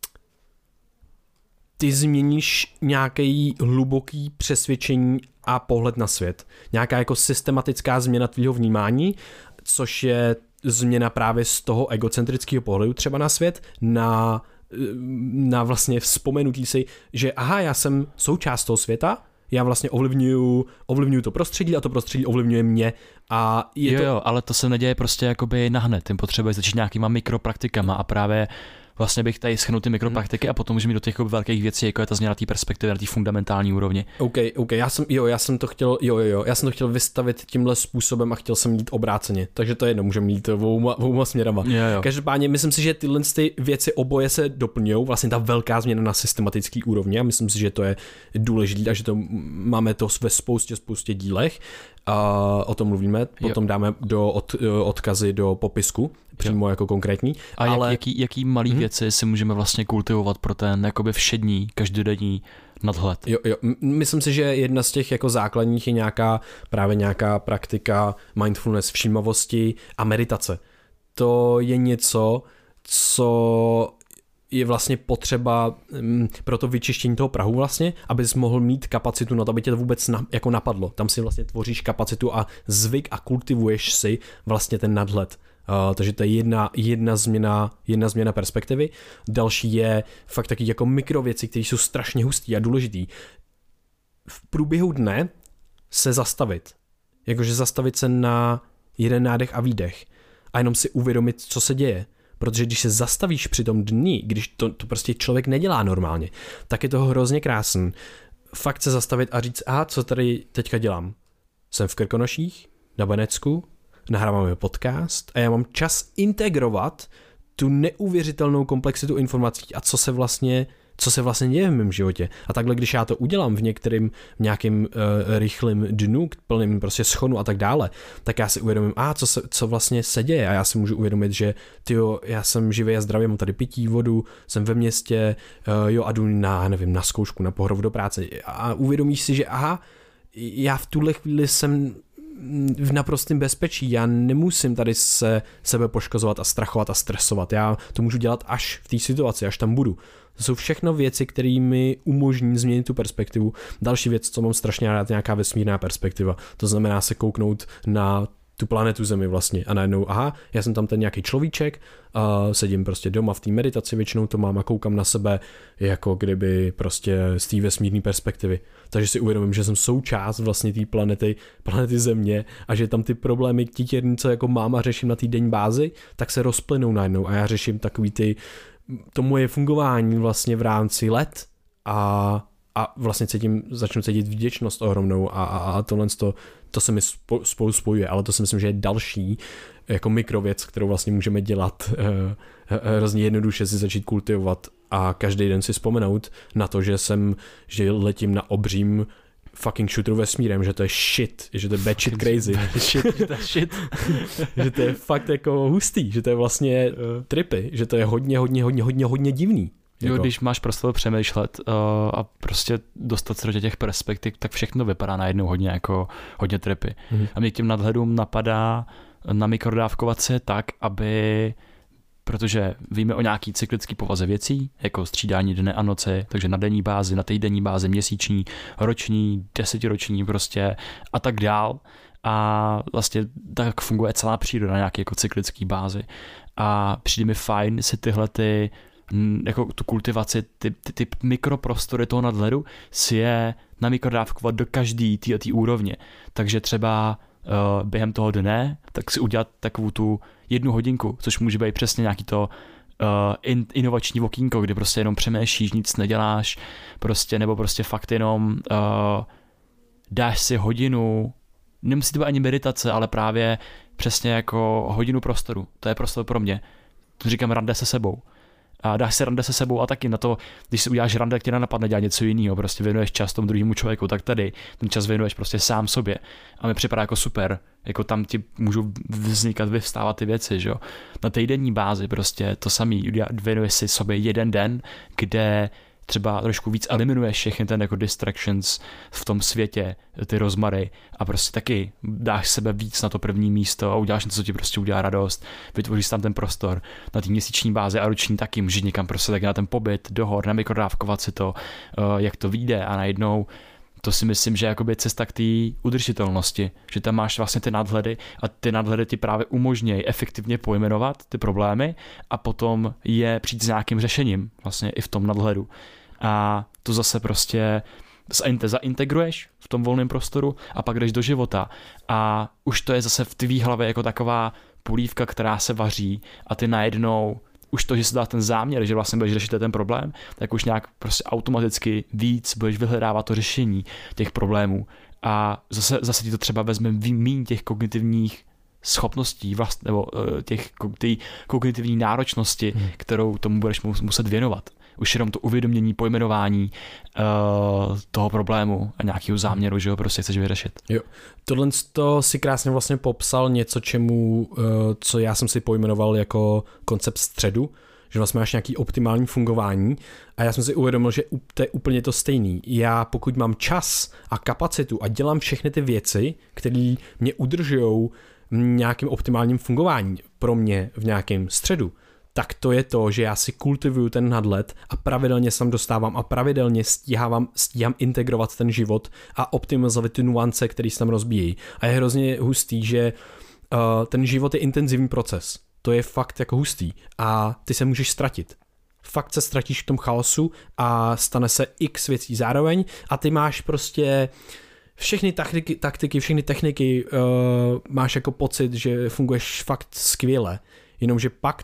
ty změníš nějaký hluboký přesvědčení a pohled na svět. Nějaká jako systematická změna tvýho vnímání, což je změna právě z toho egocentrického pohledu třeba na svět, na vlastně vzpomenutí si, že já jsem součást toho světa, já vlastně ovlivňuju to prostředí a to prostředí ovlivňuje mě. A jo, ale to se neděje prostě jakoby nahned, tím potřebuješ začít nějakýma mikropraktikama a právě vlastně bych tady schrnul ty mikropraktiky a potom můžeme jít do těch velkých věcí, jako je ta změna té perspektivy na té fundamentální úrovni. OK, já jsem to chtěl vystavit tímhle způsobem a chtěl jsem jít obráceně, takže to je jedno, můžeme jít dvouma směrama. Jo. Každopádně myslím si, že tyhle věci oboje se doplňují, vlastně ta velká změna na systematický úrovni a myslím si, že to je důležité a že to máme to ve spoustě dílech. O tom mluvíme, potom dáme do odkazy do popisku, přímo jako konkrétní. A jaký malý věci si můžeme vlastně kultivovat pro ten jakoby všední, každodenní nadhled? Jo, myslím si, že jedna z těch jako základních je nějaká praktika mindfulness, všímavosti a meditace. To je něco, co je vlastně potřeba pro to vyčištění toho prahu vlastně, abys mohl mít kapacitu na to, aby tě to vůbec jako napadlo. Tam si vlastně tvoříš kapacitu a zvyk a kultivuješ si vlastně ten nadhled. Takže to je jedna změna perspektivy. Další je fakt taky jako mikrověci, které jsou strašně hustý a důležitý. V průběhu dne se zastavit. Jakože zastavit se na jeden nádech a výdech. A jenom si uvědomit, co se děje. Protože když se zastavíš při tom dni, když to prostě člověk nedělá normálně, tak je to hrozně krásný. Fakt se zastavit a říct, co tady teďka dělám? Jsem v Krkonoších, na Benecku, nahráváme podcast a já mám čas integrovat tu neuvěřitelnou komplexitu informací a co se vlastně děje v mém životě. A takhle, když já to udělám v nějakém rychlém dnu, plným prostě schonu a tak dále, tak já si uvědomím, co vlastně se děje a já si můžu uvědomit, že já jsem živý a zdravý, mám tady pití, vodu, jsem ve městě, a jdu na zkoušku, na pohrov do práce a uvědomíš si, že já v tuhle chvíli jsem v naprostém bezpečí, já nemusím tady sebe poškozovat a strachovat a stresovat, já to můžu dělat až v té situaci, až tam budu. To jsou všechno věci, které mi umožní změnit tu perspektivu. Další věc, co mám strašně rád, nějaká vesmírná perspektiva. To znamená se kouknout na tu planetu Zemi vlastně a najednou, já jsem tam ten nějaký človíček, sedím prostě doma v té meditaci, většinou to mám a koukám na sebe jako kdyby prostě z té vesmírné perspektivy. Takže si uvědomím, že jsem součást vlastně té planety Země a že tam ty problémy titěrní, co jako mám a řeším na té denní bázi, tak se rozplynou najednou a já řeším takový to moje fungování vlastně v rámci let a vlastně začnu cítit vděčnost ohromnou a to se mi spolu spojuje, ale to si myslím, že je další jako mikrověc, kterou vlastně můžeme dělat hrozně jednoduše si začít kultivovat a každý den si vzpomenout na to, že letím na obřím fucking shooteru vesmírem, že to je shit, že to je bad shit crazy. shit. Že to je fakt jako hustý, že to je vlastně tripy, že to je hodně divný. Jo, když máš prostor přemýšlet a prostě dostat se do těch perspektiv, tak všechno vypadá najednou hodně tripy. A mě k těm nadhledům napadá namikrodávkovat se tak, protože víme o nějaký cyklický povaze věcí, jako střídání dne a noci, takže na denní bázi, na týdenní bázi, měsíční, roční, 10roční prostě a tak dál. A vlastně tak funguje celá příroda na nějaké jako cyklický bázi. A přijde mi fajn si jako tu kultivaci, ty mikroprostory toho nadhledu si je namikrodávkovat do každý té úrovně. Takže třeba během toho dne tak si udělat takovou tu 1 hodinku, což může být přesně nějaký to inovační okýnko, kdy prostě jenom přemýšlíš, nic neděláš, prostě, nebo prostě fakt jenom dáš si hodinu, nemusí to být ani meditace, ale právě přesně jako hodinu prostoru. To je prostor pro mě. To říkám rande se sebou. A dáš si rande se sebou a taky na to, když si uděláš rande, tak tě nenapadne dělat něco jiného, prostě věnuješ čas tomu druhému člověku, tak tady ten čas věnuješ prostě sám sobě. A mi připadá jako super, jako tam ti můžou vyvstávat ty věci, že jo. Na týdenní bázi prostě to samý, věnuješ si sobě jeden den, kde třeba trošku víc eliminuješ všechny ten jako distractions v tom světě, ty rozmary a prostě taky dáš sebe víc na to první místo a uděláš něco, co ti prostě udělá radost, vytvoříš tam ten prostor na té měsíční bázi a roční taky, můžeš někam prostě taky na ten pobyt, do hor, namikrodávkovat si to, jak to vyjde a najednou to si myslím, že je jakoby cesta k té udržitelnosti, že tam máš vlastně ty nadhledy a ty nadhledy ti právě umožňují efektivně pojmenovat ty problémy a potom je přijít s nějakým řešením vlastně i v tom nadhledu. A to zase prostě zaintegruješ v tom volném prostoru a pak jdeš do života a už to je zase v tvý hlavě jako taková polívka, která se vaří a ty najednou už to, že se dá ten záměr, že vlastně budeš řešit ten problém, tak už nějak prostě automaticky víc budeš vyhledávat to řešení těch problémů a zase ti to třeba vezme míň těch kognitivních schopností nebo té kognitivní náročnosti, kterou tomu budeš muset věnovat. Už jenom to uvědomění, pojmenování toho problému a nějakého záměru, že ho prostě chceš vyřešit. Jo, tohle si krásně vlastně popsal něco, co já jsem si pojmenoval jako koncept středu, že vlastně máš nějaký optimální fungování a já jsem si uvědomil, že to je úplně to stejný. Já pokud mám čas a kapacitu a dělám všechny ty věci, které mě udržujou nějakým optimálním fungování pro mě v nějakém středu, tak to je to, že já si kultivuju ten nadhled a pravidelně se tam dostávám a pravidelně stíhám integrovat ten život a optimalizovat ty nuance, které se tam rozbíjí. A je hrozně hustý, že ten život je intenzivní proces. To je fakt jako hustý a ty se můžeš ztratit. Fakt se ztratíš v tom chaosu a stane se x věcí zároveň a ty máš prostě všechny taktiky, všechny techniky, máš jako pocit, že funguješ fakt skvěle. Jenomže pak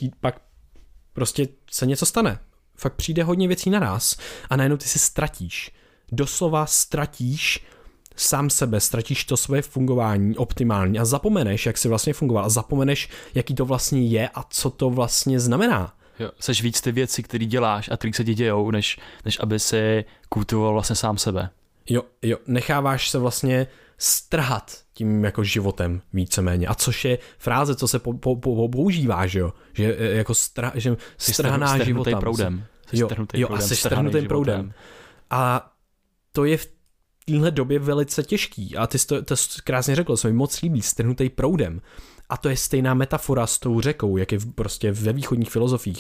prostě se něco stane. Fakt přijde hodně věcí na nás a najednou ty se ztratíš. Doslova ztratíš sám sebe, ztratíš to svoje fungování optimální a zapomeneš, jak jsi vlastně fungoval a zapomeneš, jaký to vlastně je a co to vlastně znamená. Jo, seš víc ty věci, které děláš a které se ti dějou, než aby si kultivoval vlastně sám sebe. Jo, necháváš se vlastně strhat tím jako životem víceméně. A což je fráze, co se používá, že jo? Že jako strhaná životem. Proudem. Jo, a jsi strhnutým proudem. A to je v téhle době velice těžký. A ty jsi to krásně řekl, se mi moc líbí, strhnutý proudem. A to je stejná metafora s tou řekou, jak je prostě ve východních filozofích.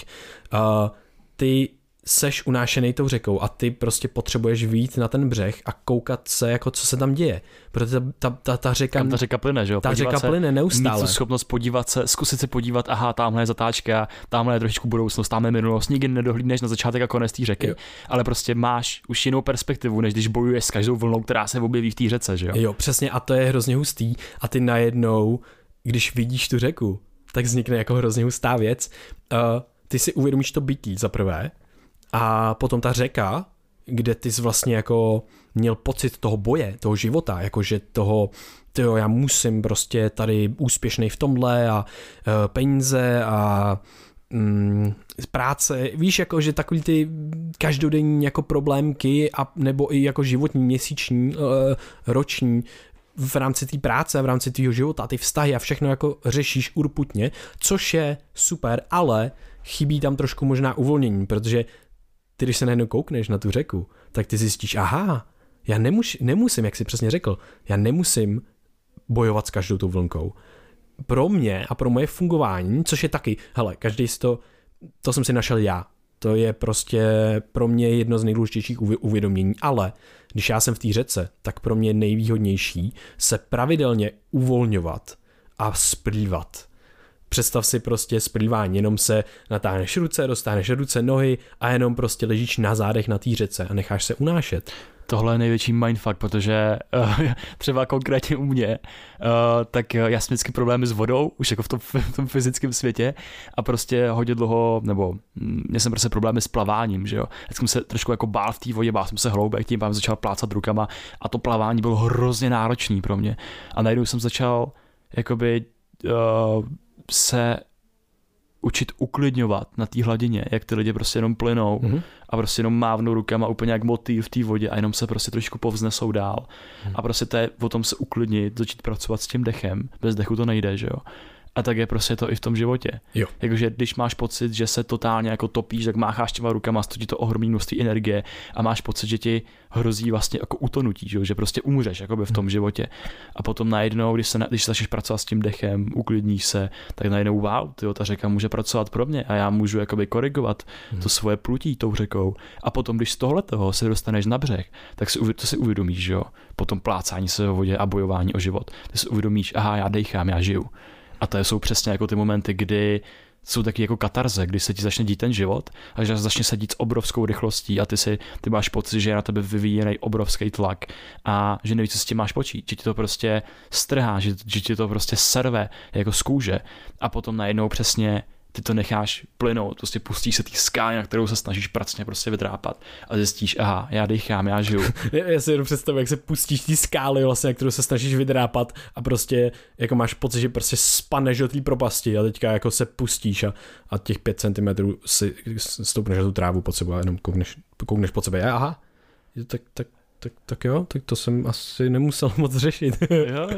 Ty seš unášený tou řekou a ty prostě potřebuješ vyjít na ten břeh a koukat se, jako co se tam děje. Protože ta řeka... Kam ta řeka plyne, že jo? Ta řeka plyne neustále. Mít tu schopnost podívat se, zkusit se podívat, aha, tamhle je zatáčka, tamhle je trošičku budoucnost, tamhle je minulost, nikdy nedohlídneš na začátek a konec té řeky, ale prostě máš už jinou perspektivu, než když bojuješ s každou vlnou, která se objeví v té řece, že jo? Jo, přesně, a to je hrozně hustý a ty najednou, když vidíš tu řeku, tak vznikne jako hrozně hustá věc. Ty si uvědomíš to bytí za prvé, a potom ta řeka, kde ty jsi vlastně jako měl pocit toho boje, toho života, jakože já musím prostě tady úspěšnej v tomhle a peníze a práce, víš, jako že takový ty každodenní jako problémky a nebo i jako životní, měsíční, roční v rámci té práce, v rámci tvýho života, ty vztahy a všechno jako řešíš urputně, což je super, ale chybí tam trošku možná uvolnění, protože ty, když se najednou koukneš na tu řeku, tak ty zjistíš, aha, já nemusím, jak jsi přesně řekl, já nemusím bojovat s každou tou vlnkou. Pro mě a pro moje fungování, což je taky, hele, každý si to jsem si našel já. To je prostě pro mě jedno z nejdůležitějších uvědomění, ale když já jsem v té řece, tak pro mě je nejvýhodnější se pravidelně uvolňovat a splývat. Představ si prostě splývání, jenom se natáhneš ruce, roztáhneš ruce, nohy a jenom prostě ležíš na zádech na té řece a necháš se unášet. Tohle je největší mindfuck, protože třeba konkrétně u mě, tak já jsem vždycky problémy s vodou, už jako v tom fyzickém světě a prostě hodně dlouho, nebo měl jsem prostě problémy s plaváním, že jo. Tak jsem se trošku jako bál v té vodě, bál jsem se hloubek, tím pádem začal plácat rukama a to plavání bylo hrozně náročný pro mě. A najednou jsem začal jakoby se učit uklidňovat na té hladině, jak ty lidi prostě jenom plynou a prostě jenom mávnou rukama úplně jak motýl v té vodě a jenom se prostě trošku povznesou dál. A prostě to je o tom se uklidnit, začít pracovat s tím dechem. Bez dechu to nejde, že jo. A tak je prostě to i v tom životě. Jo. Jakože když máš pocit, že se totálně jako topíš, tak mácháš těma rukama, stojí to ohromné množství energie a máš pocit, že ti hrozí vlastně jako utonutí, že prostě umřeš jakoby v tom životě. A potom najednou, když začneš pracovat s tím dechem, uklidníš se, tak najednou wow, ta řeka může pracovat pro mě a já můžu jakoby korigovat to svoje plutí tou řekou. A potom, když z tohletoho se dostaneš na břeh, tak to si uvědomíš, že jo. Potom plácání se ve vodě a bojování o život. Ty si uvědomíš, aha, já dejchám, já žiju. A to jsou přesně jako ty momenty, kdy jsou taky jako katarze, kdy se ti začne dít ten život a že začne se dít s obrovskou rychlostí a ty máš pocit, že je na tebe vyvíjený obrovský tlak a že nevíš, co s tím máš počít, že ti to prostě strhá, že ti to prostě serve jako z kůže a potom najednou přesně ty to necháš plynout, prostě pustíš se té skály, na kterou se snažíš pracně prostě vytrápat a zjistíš, aha, já dýchám, já žiju. Já si jenom představuji, jak se pustíš té skály, vlastně, na kterou se snažíš vydrápat a prostě jako máš pocit, že prostě spadneš do té propasti a teďka jako se pustíš a těch 5 cm si stoupneš na tu trávu pod sebou a jenom koukneš pod sebe. Aha, tak jo, tak to jsem asi nemusel moc řešit. Jo.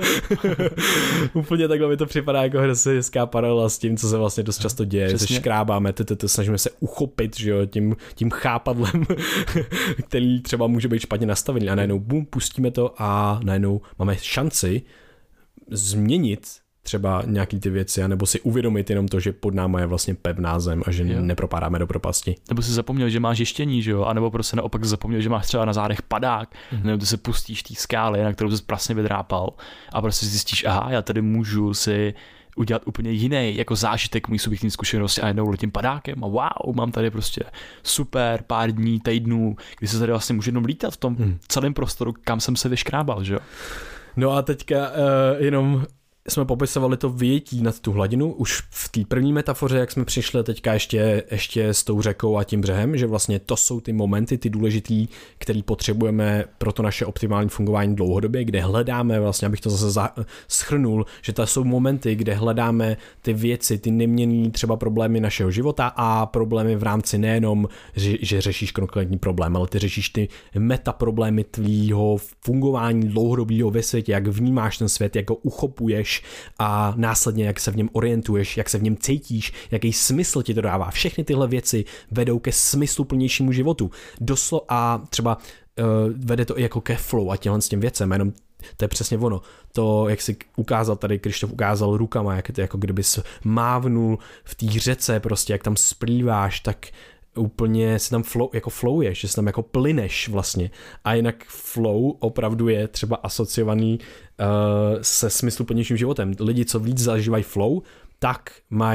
Úplně takhle mi to připadá jako hrozně hezká paralela s tím, co se vlastně dost často děje. Přesně. Se škrábáme, snažíme se uchopit, že jo, tím chápadlem, který třeba může být špatně nastavený a najednou bum, pustíme to a najednou máme šanci změnit třeba nějaký ty věci, anebo si uvědomit jenom to, že pod náma je vlastně pevná zem a že nepropádáme do propasti. Nebo si zapomněl, že máš ještění, že jo? A nebo prostě naopak zapomněl, že máš třeba na zádech padák, nebo ty se pustíš té skály, na kterou jsi prasně vydrápal a prostě zjistíš, aha, já tady můžu si udělat úplně jiný jako zážitek mojí subjektivní zkušenosti a jednou letím padákem a wow, mám tady prostě super pár dní, týdnů, kdy se tady vlastně můžu jenom lítat v tom celém prostoru, kam jsem se vyškrábal, že jo? No a teďka jenom jsme popisovali to vyjetí nad tu hladinu už v té první metafoře, jak jsme přišli teďka ještě s tou řekou a tím břehem, že vlastně to jsou ty momenty, ty důležitý, který potřebujeme pro to naše optimální fungování dlouhodobě, kde hledáme, vlastně, abych to zase shrnul, že to jsou momenty, kde hledáme ty věci, ty neměnné třeba problémy našeho života a problémy v rámci nejenom, že řešíš konkrétní problém, ale ty řešíš ty metaproblémy tvýho fungování dlouhodobého ve světě, jak vnímáš ten svět, jak ho uchopuješ a následně jak se v něm orientuješ, jak se v něm cítíš, jaký smysl ti to dává. Všechny tyhle věci vedou ke smysluplnějšímu životu. A třeba vede to i jako ke flow a těmhle s těm věcem, jenom to je přesně ono. To, jak si ukázal tady, Krištof ukázal rukama, jak to jako kdybys mávnul v té řece, prostě jak tam splýváš, tak úplně si tam flowuješ, že si tam jako plyneš vlastně. A jinak flow opravdu je třeba asociovaný se smysluplnějším životem. Lidi, co víc zažívají flow, tak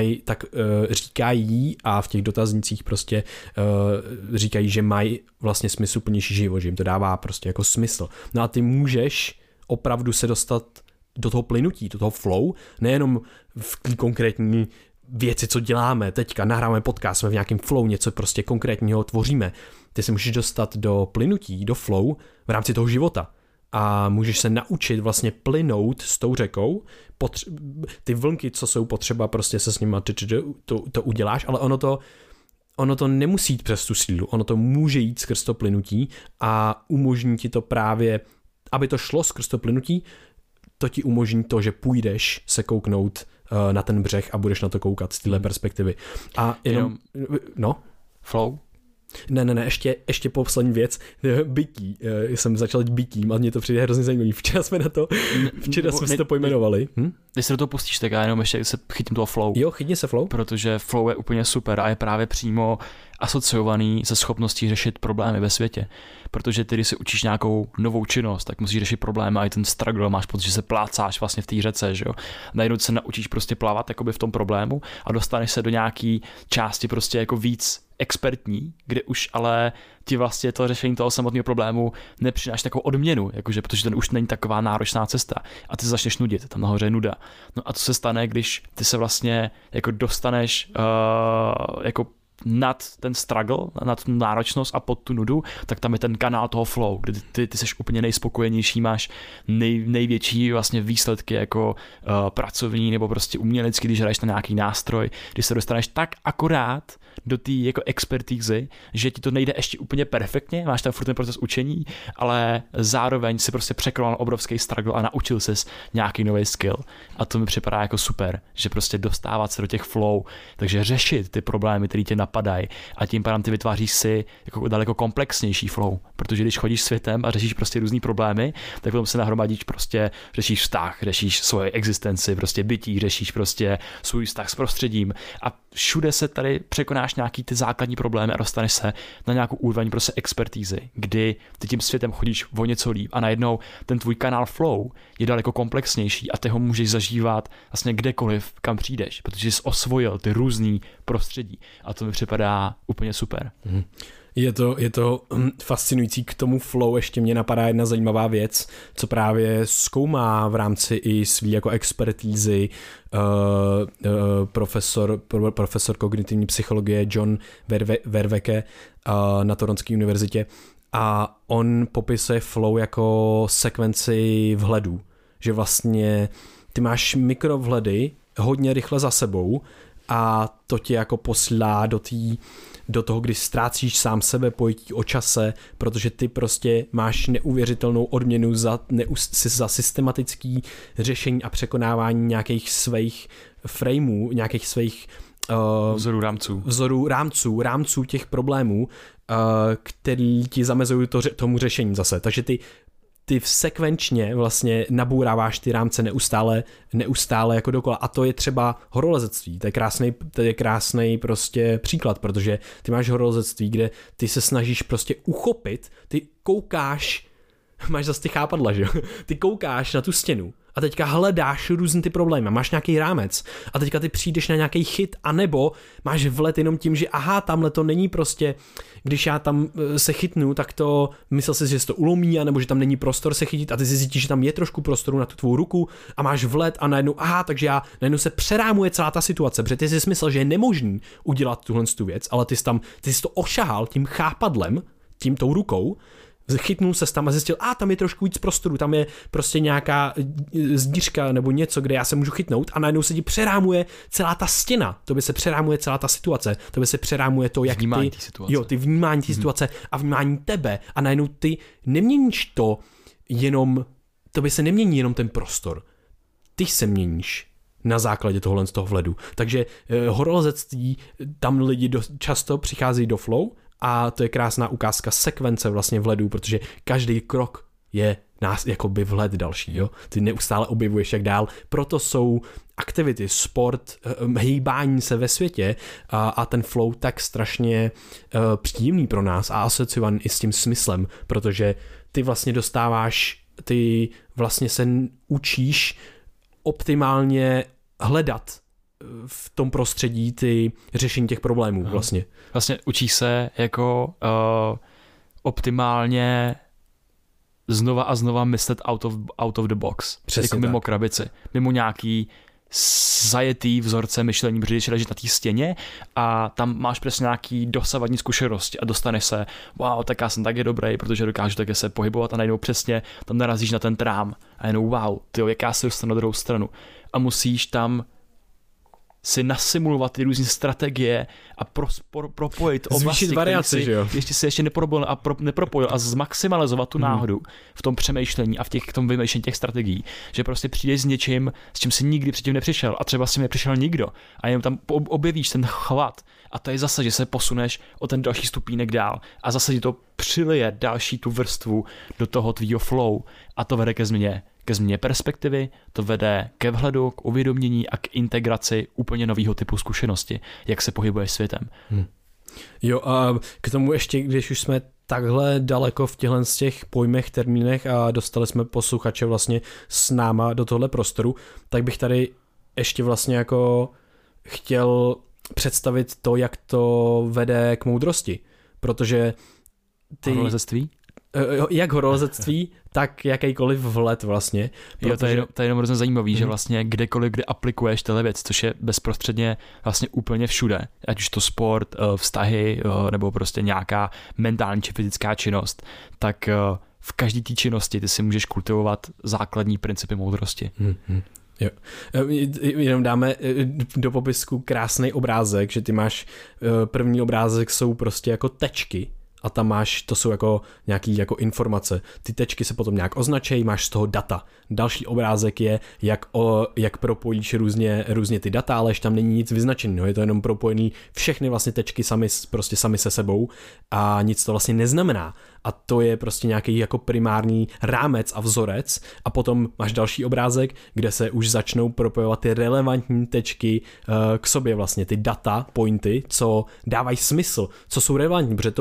říkají a v těch dotaznicích prostě říkají, že mají vlastně smysluplnější život, že jim to dává prostě jako smysl. No a ty můžeš opravdu se dostat do toho plynutí, do toho flow, nejenom v konkrétní věci, co děláme teďka, nahráváme podcast, jsme v nějakém flow, něco prostě konkrétního tvoříme. Ty se můžeš dostat do plynutí, do flow v rámci toho života a můžeš se naučit vlastně plynout s tou řekou, ty vlnky, co jsou potřeba, prostě se s nimi to uděláš, ale ono to nemusí jít přes tu sílu, ono to může jít skrz to plynutí a umožní ti to právě, aby to šlo skrz to plynutí, to ti umožní to, že půjdeš se kouknout na ten břeh a budeš na to koukat z téhle perspektivy. A jenom no? Flow? Ne, ještě poslední věc, bytí. Jsem začal bytím a mně to přijde hrozně zajímavý. Včera jsme si to pojmenovali. Když se do toho pustíš, tak já jenom ještě se chytím toho flow. Jo, chytni se flow. Protože flow je úplně super a je právě přímo asociovaný se schopností řešit problémy ve světě. Protože ty, když si učíš nějakou novou činnost, tak musíš řešit problémy a i ten struggle máš pocit, že se plácáš vlastně v té řece, že jo. Najednou se naučíš prostě plavat jakoby v tom problému a dostaneš se do nějaký části prostě jako víc expertní, kde už ale ti vlastně to řešení toho samotného problému nepřináš takovou odměnu, jakože, protože ten už není taková náročná cesta a ty se začneš nudit, tam nahoře je nuda. No a to se stane, když ty se vlastně jako dostaneš jako nad ten struggle, nad tu náročnost a pod tu nudu, tak tam je ten kanál toho flow, kde ty seš úplně nejspokojenější, máš největší vlastně výsledky jako pracovní nebo prostě umělecký, když hraješ na nějaký nástroj, když se dostaneš tak akorát do té jako expertízy, že ti to nejde ještě úplně perfektně, máš tam furt ten proces učení, ale zároveň si prostě překonal obrovský struggle a naučil ses nějaký nový skill. A to mi připadá jako super, že prostě dostávat se do těch flow, takže řešit ty problémy, které tě napadají a tím pádem ty vytváříš si jako daleko komplexnější flow, protože když chodíš světem a řešíš prostě různý problémy, tak potom se nahromadíš prostě, řešíš vztah, řešíš svoji existenci, prostě bytí, řešíš prostě svůj vztah s prostředím a všude se tady překonáš nějaký ty základní problémy a dostaneš se na nějakou úroveň prostě expertízy, kdy ty tím světem chodíš o něco líp a najednou ten tvůj kanál flow je daleko komplexnější a ty ho můžeš zažívat vlastně kdekoliv, kam přijdeš, protože jsi osvojil ty různý prostředí a to mi připadá úplně super. Je to fascinující, k tomu flow ještě mě napadá jedna zajímavá věc, co právě zkoumá v rámci i svý jako expertízy profesor kognitivní psychologie John Verweke na Toronské univerzitě a on popisuje flow jako sekvenci vhledů, že vlastně ty máš mikrovhledy hodně rychle za sebou a to tě jako posílá do toho, kdy ztrácíš sám sebe, pojetí o čase, protože ty prostě máš neuvěřitelnou odměnu za systematický řešení a překonávání nějakých svých frameů, nějakých svých rámců těch problémů, který ti zamezují tomu řešení zase. Takže ty sekvenčně vlastně ty rámce neustále jako dokola. A to je třeba horolezectví. To je krásný prostě příklad, protože ty máš horolezectví, kde ty se snažíš prostě uchopit, ty koukáš, máš zase ty chápadla, že jo? Ty koukáš na tu stěnu a teďka hledáš různý ty problémy, máš nějaký rámec a teďka ty přijdeš na nějaký chyt, anebo máš vlet jenom tím, že aha, tamhle to není prostě, když já tam se chytnu, tak to myslel si, že se to ulomí, anebo že tam není prostor se chytit a ty si zjistíš, že tam je trošku prostoru na tu tvou ruku a máš vlet a najednou aha, takže najednou se přerámuje celá ta situace, protože ty jsi myslel, že je nemožný udělat tuhle tu věc, ale ty jsi to ošahal tím chápadlem, tím tou rukou, chytnul se tam a zjistil, tam je trošku víc prostoru, tam je prostě nějaká zdířka nebo něco, kde já se můžu chytnout a najednou se ti přerámuje celá ta stěna, to by se přerámuje celá ta situace, to by se přerámuje to, jak vnímání ty vnímání té situace a vnímání tebe a najednou ty neměníš to jenom, to by se nemění jenom ten prostor, ty se měníš na základě tohohle z toho vhledu. Takže horolezectví, tam lidi často přicházejí do flow a to je krásná ukázka sekvence vlastně vhledů, protože každý krok je nás jakoby vhled další, jo. Ty neustále objevuješ jak dál, proto jsou aktivity, sport, hýbání se ve světě a ten flow tak strašně příjemný pro nás a asociovaný i s tím smyslem, protože ty vlastně ty vlastně se učíš optimálně hledat v tom prostředí ty řešení těch problémů vlastně. Vlastně učíš se jako optimálně znova a znova myslet out of the box. Přesně jako mimo krabici. Mimo nějaký zajetý vzorce myšlení, protože když ležíš na té stěně a tam máš přesně nějaký dosavadní zkušenosti a dostaneš se, wow, tak já jsem taky dobrý, protože dokážu také se pohybovat a najednou přesně tam narazíš na ten trám a jenom wow, tyjo, jak já se dostanu na druhou stranu a musíš tam si nasimulovat ty různé strategie a propojit oblasti, variace, si ještě si nepropojil a zmaximalizovat tu náhodu v tom přemýšlení a v tom vymýšlení těch strategií, že prostě přijdeš s něčím, s čím si nikdy předtím nepřišel a třeba si nepřišel nikdo a jenom tam objevíš ten chvat a to je zase, že se posuneš o ten další stupínek dál a zase ti to přilije další tu vrstvu do toho tvýho flow a to vede ke změně perspektivy, to vede ke vhledu, k uvědomění a k integraci úplně nového typu zkušenosti, jak se pohybuješ světem. Jo a k tomu ještě, když už jsme takhle daleko v těch pojmech, termínech a dostali jsme posluchače vlastně s náma do tohle prostoru, tak bych tady ještě vlastně jako chtěl představit to, jak to vede k moudrosti, protože horolezectví? Jak horolezectví, tak jakýkoliv vhled vlastně. Protože... Jo, to je jenom hrozně zajímavý, že vlastně kdekoliv, kdy aplikuješ tyhle věci, což je bezprostředně vlastně úplně všude, ať už to sport, vztahy, nebo prostě nějaká mentální či fyzická činnost, tak v každé té činnosti ty si můžeš kultivovat základní principy moudrosti. Jo. Jenom dáme do popisku krásný obrázek, že ty máš, první obrázek jsou prostě jako tečky, a tam máš, to jsou jako nějaký jako informace. Ty tečky se potom nějak označejí, máš z toho data. Další obrázek je, jak propojíš různě ty data, ale tam není nic vyznačeného, je to jenom propojený všechny vlastně tečky sami se sebou a nic to vlastně neznamená. A to je prostě nějaký jako primární rámec a vzorec a potom máš další obrázek, kde se už začnou propojovat ty relevantní tečky k sobě vlastně, ty data pointy, co dávají smysl, co jsou relevantní, protože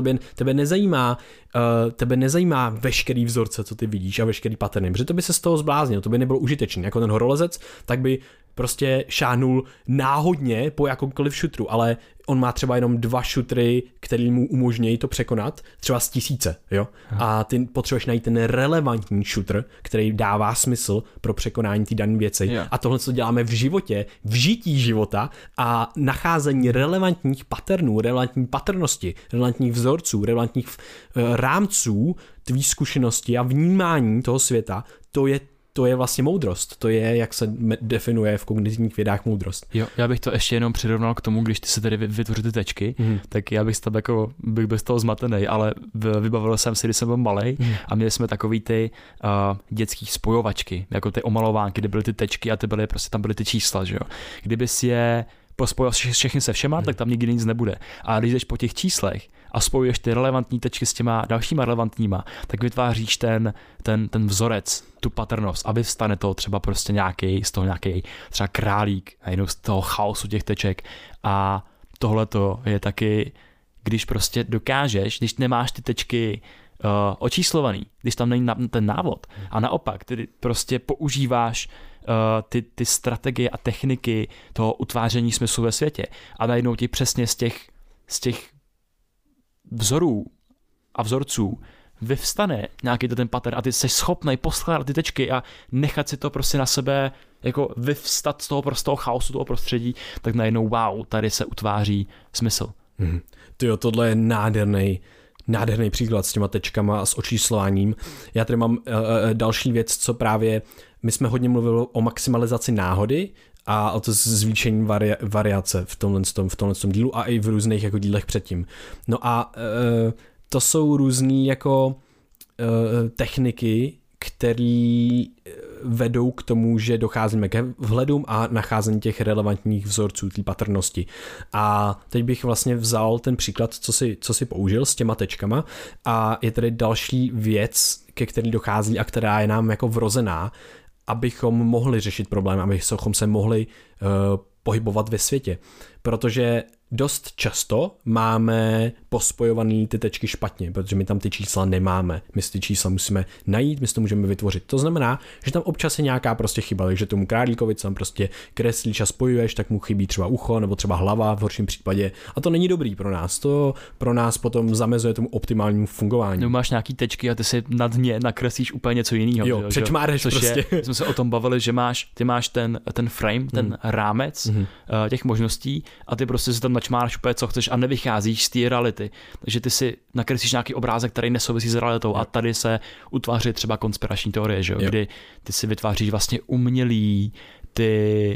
tebe nezajímá veškerý vzorce, co ty vidíš a veškerý paterny, protože to by se z toho zbláznil, to by nebylo užitečné. Jako ten horolezec, tak by prostě šáhnul náhodně po jakomkoliv šutru, ale on má třeba jenom 2 šutry, který mu umožňují to překonat, třeba z 1000, jo? A ty potřebuješ najít ten relevantní šutr, který dává smysl pro překonání té dané věci. Yeah. A tohle, co děláme v životě, v žití života a nacházení relevantních patternů, relevantní patrnosti, relevantních vzorců, relevantních rámců tvý zkušenosti a vnímání toho světa, to je vlastně moudrost. To je, jak se definuje v kognitivních vědách moudrost. Jo, já bych to ještě jenom přirovnal k tomu, když ty se tady vytvoří ty tečky, tak já bych bych byl z toho zmatený, ale vybavil jsem si, když jsem byl malej a měli jsme takový ty dětský spojovačky, jako ty omalovánky, kde byly ty tečky a tam byly ty čísla, že jo. Kdyby si je pospojil všechny se všema, tak tam nikdy nic nebude. A když jdeš po těch číslech a spojuješ ty relevantní tečky s těma dalšíma relevantníma, tak vytváříš ten vzorec, tu patrnost a vyvstane to třeba prostě z toho nějaký třeba králík a jenom z toho chaosu těch teček. A tohleto je taky, když prostě dokážeš, když nemáš ty tečky očíslovaný, když tam není ten návod. A naopak, tedy prostě používáš ty strategie a techniky toho utváření smyslu ve světě a najednou ti přesně z těch vzorů a vzorců vyvstane nějaký ten pattern a ty jsi schopnej poskládat ty tečky a nechat si to prostě na sebe jako vyvstat z toho prostého chaosu, toho prostředí, tak najednou wow, tady se utváří smysl. Tyjo, tohle je nádherný příklad s těma tečkama a s očíslováním. Já tady mám další věc, co právě, my jsme hodně mluvili o maximalizaci náhody a o to zvýšení variace v tomhle dílu a i v různých jako dílech předtím. No a to jsou různý jako techniky, které vedou k tomu, že docházíme ke vhledům a nacházení těch relevantních vzorců, té patrnosti. A teď bych vlastně vzal ten příklad, co si použil s těma tečkama a je tady další věc, ke který dochází a která je nám jako vrozená, abychom mohli řešit problém, abychom se mohli pohybovat ve světě. Protože dost často máme pospojované ty tečky špatně, protože my tam ty čísla nemáme. My si ty čísla musíme najít, my si to můžeme vytvořit. To znamená, že tam občas je nějaká prostě chyba, takže tomu králíkovi, co tam prostě kreslíš a spojuješ, tak mu chybí třeba ucho nebo třeba hlava v horším případě. A to není dobrý pro nás. To pro nás potom zamezuje tomu optimálnímu fungování. No, máš nějaký tečky a ty si na dně nakreslíš úplně něco jiného. Jo, přečmáreš prostě. Jsme se o tom bavili, že ty máš ten frame, ten rámec těch možností a ty prostě si tam načmáš úplně co chceš a nevycházíš z té reality. Takže ty si nakreslíš nějaký obrázek, který nesouvisí s realitou a tady se utváří třeba konspirační teorie, že? Kdy ty si vytváříš vlastně umělý ty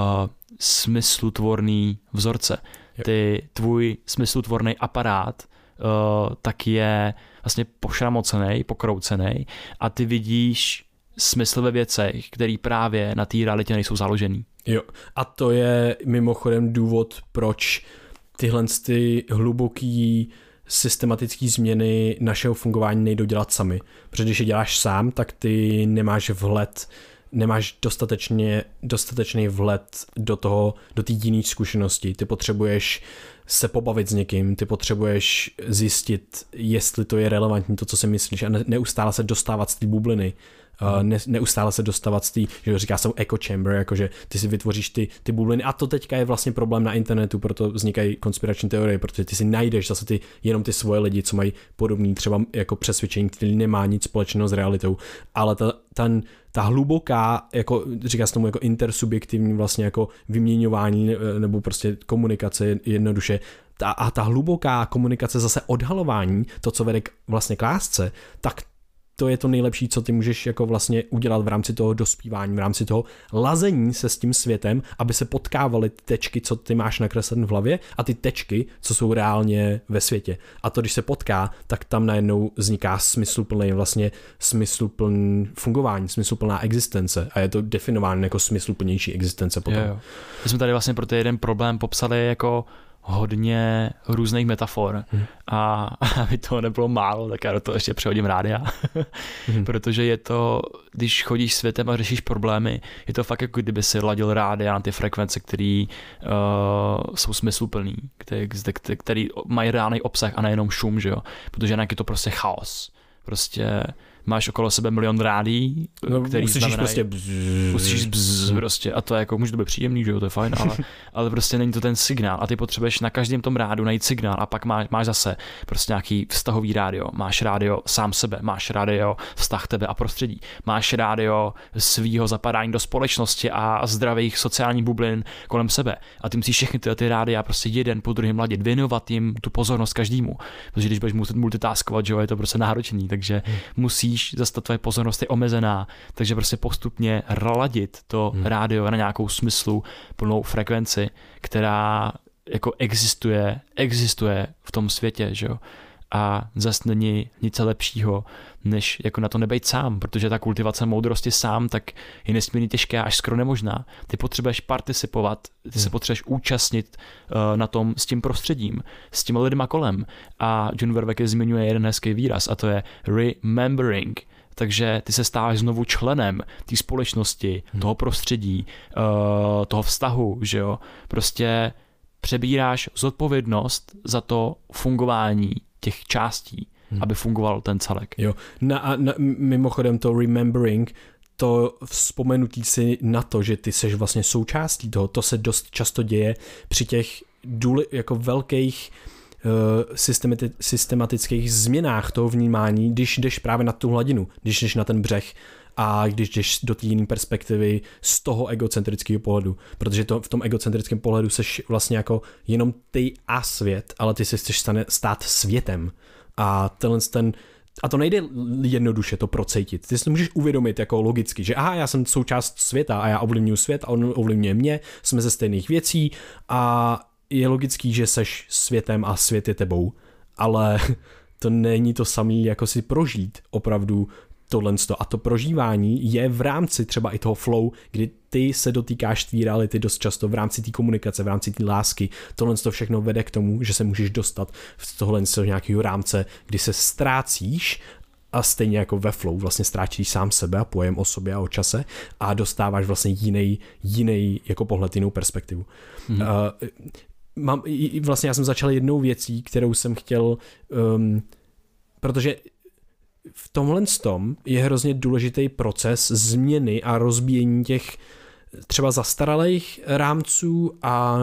smyslutvorný vzorce. Tvůj smyslutvorný aparát tak je vlastně pošramocený, pokroucený a ty vidíš smysl ve věcech, který právě na té realitě nejsou založený. Jo, a to je mimochodem důvod, proč tyhle hluboký systematické změny našeho fungování nejdou dělat sami. Protože když je děláš sám, tak ty nemáš vhled, nemáš dostatečný vhled do té jiné zkušenosti. Ty potřebuješ se pobavit s někým, ty potřebuješ zjistit, jestli to je relevantní, to, co si myslíš a neustále se dostávat z té bubliny. Neustále se dostávat z té, že říká se echo chamber, jakože ty si vytvoříš ty bubliny a to teďka je vlastně problém na internetu, proto vznikají konspirační teorie, protože ty si najdeš zase jenom ty svoje lidi, co mají podobný třeba jako přesvědčení, který nemá nic společného s realitou, ale ta hluboká, jako říká se tomu jako intersubjektivní vlastně jako vyměňování nebo prostě komunikace jednoduše, ta hluboká komunikace zase odhalování, to, co vede vlastně k lásce, tak to je to nejlepší, co ty můžeš jako vlastně udělat v rámci toho dospívání, v rámci toho lazení se s tím světem, aby se potkávaly ty tečky, co ty máš nakreslené v hlavě a ty tečky, co jsou reálně ve světě. A to, když se potká, tak tam najednou vzniká smysluplný fungování, smysluplná existence a je to definováno jako smysluplnější existence potom. Jo. My jsme tady vlastně pro ten jeden problém popsali jako hodně různých metafor a aby toho nebylo málo, tak já do toho ještě přehodím rádia, protože je to, když chodíš světem a řešíš problémy, je to fakt jako kdyby si ladil rádia na ty frekvence, které jsou smysluplný, který mají reálný obsah a nejenom šum, že jo, protože jinak je to prostě chaos. Prostě máš okolo sebe milion rádií, který znamenají, musíš prostě a to je jako, může to být příjemný, že jo, to je fajn, ale prostě není to ten signál a ty potřebuješ na každém tom rádiu najít signál a pak máš zase prostě nějaký vztahový rádio, máš rádio sám sebe, máš rádio vztah tebe a prostředí, máš rádio svýho zapadání do společnosti a zdravých sociálních bublin kolem sebe a ty musíš všechny ty rádia prostě jeden po druhém ladit, věnovat jim tu pozornost každému, protože když budeš muset multitaskovat, že jo, je to prostě náročný, takže musíš zase tvoje pozornost je omezená, takže prostě postupně ladit to rádio na nějakou smyslu plnou frekvenci, která jako existuje v tom světě, že jo. A zase není nic lepšího, než jako na to nebejt sám, protože ta kultivace moudrosti sám tak je nesmírně těžká, až skoro nemožná. Ty potřebuješ participovat, ty se potřebuješ účastnit na tom s tím prostředím, s těmi lidma kolem. A John Vervaeke zmiňuje jeden hezký výraz a to je remembering. Takže ty se stáváš znovu členem té společnosti, toho prostředí, toho vztahu, že jo. Prostě přebíráš zodpovědnost za to fungování těch částí aby fungoval ten celek. Jo. Mimochodem to remembering, to vzpomenutí si na to, že ty seš vlastně součástí toho, to se dost často děje při těch jako velkých systematických změnách toho vnímání, když jdeš právě na tu hladinu, když jdeš na ten břeh a když jdeš do té jiné perspektivy z toho egocentrického pohledu, protože v tom egocentrickém pohledu seš vlastně jako jenom ty a svět, ale ty se chceš stát světem a a to nejde jednoduše to procejtit. Ty si to můžeš uvědomit jako logicky, že já jsem součást světa a já ovlivňuji svět a on ovlivňuje mě, jsme ze stejných věcí a je logický, že seš světem a svět je tebou, ale to není to samé, jako si prožít opravdu tohle. A to prožívání je v rámci třeba i toho flow, kdy ty se dotýkáš tvý reality dost často v rámci té komunikace, v rámci té lásky. Tohle všechno vede k tomu, že se můžeš dostat z tohle nějakého rámce, kdy se ztrácíš a stejně jako ve flow vlastně ztrácíš sám sebe a pojem o sobě a o čase a dostáváš vlastně jiný jako pohled, jinou perspektivu. Vlastně já jsem začal jednou věcí, kterou jsem chtěl, protože v tomhle je hrozně důležitý proces změny a rozbíjení těch třeba zastaralých rámců a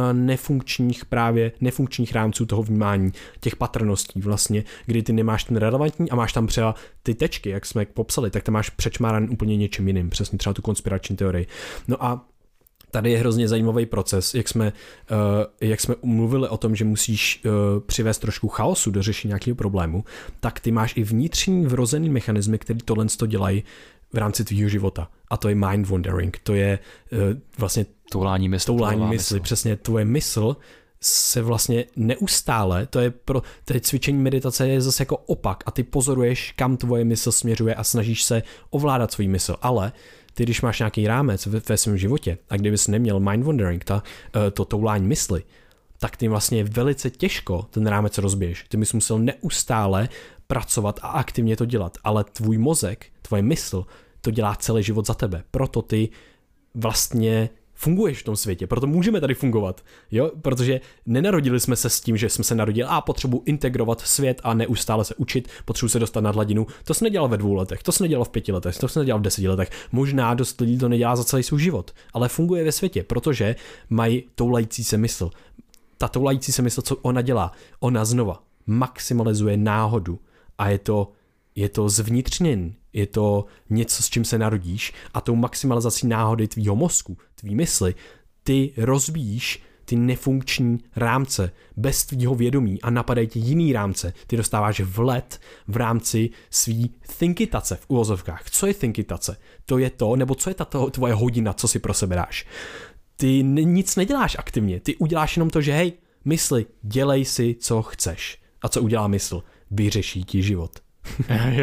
nefunkčních rámců toho vnímání, těch patrností vlastně, kdy ty nemáš ten relevantní a máš tam třeba ty tečky, jak jsme popsali, tak tam máš přečmáran úplně něčím jiným, přesně třeba tu konspirační teorii. No a tady je hrozně zajímavý proces, jak jsme mluvili o tom, že musíš přivést trošku chaosu do řešení nějakého problému, tak ty máš i vnitřní vrozený mechanismy, který tohle dělají v rámci tvýho života. A to je mind wandering, to je vlastně toulání mysli. Přesně, tvoje mysl se vlastně neustále, to je cvičení meditace je zase jako opak a ty pozoruješ, kam tvoje mysl směřuje a snažíš se ovládat svůj mysl, ale ty, když máš nějaký rámec ve svém životě a kdybys neměl mind wandering, to toulání mysli, tak ty vlastně velice těžko ten rámec rozbiješ. Ty bys musel neustále pracovat a aktivně to dělat, ale tvůj mozek, tvoje mysl, to dělá celý život za tebe. Proto ty vlastně funguješ v tom světě, proto můžeme tady fungovat, jo, protože nenarodili jsme se s tím, že jsme se narodili potřebuji integrovat svět a neustále se učit, potřebuji se dostat na hladinu. To jsem nedělal ve 2 letech, to jsem nedělal v 5 letech, to jsem nedělal v 10 letech. Možná dost lidí to nedělá za celý svůj život, ale funguje ve světě, protože mají toulající se mysl. Ta toulající se mysl, co ona dělá? Ona znova maximalizuje náhodu a je to zvnitřněn, je to něco, s čím se narodíš a tou maximalizací náhody tvýho mozku, tvý mysli, ty rozbíjíš ty nefunkční rámce bez tvýho vědomí a napadají ti jiný rámce. Ty dostáváš vlet v rámci svý thinkitace v uvozovkách. Co je thinkitace? To je to, nebo co je ta tvoje hodina, co si pro sebe dáš? Ty nic neděláš aktivně, ty uděláš jenom to, že hej, mysli, dělej si, co chceš. A co udělá mysl? Vyřeší ti život. Jo.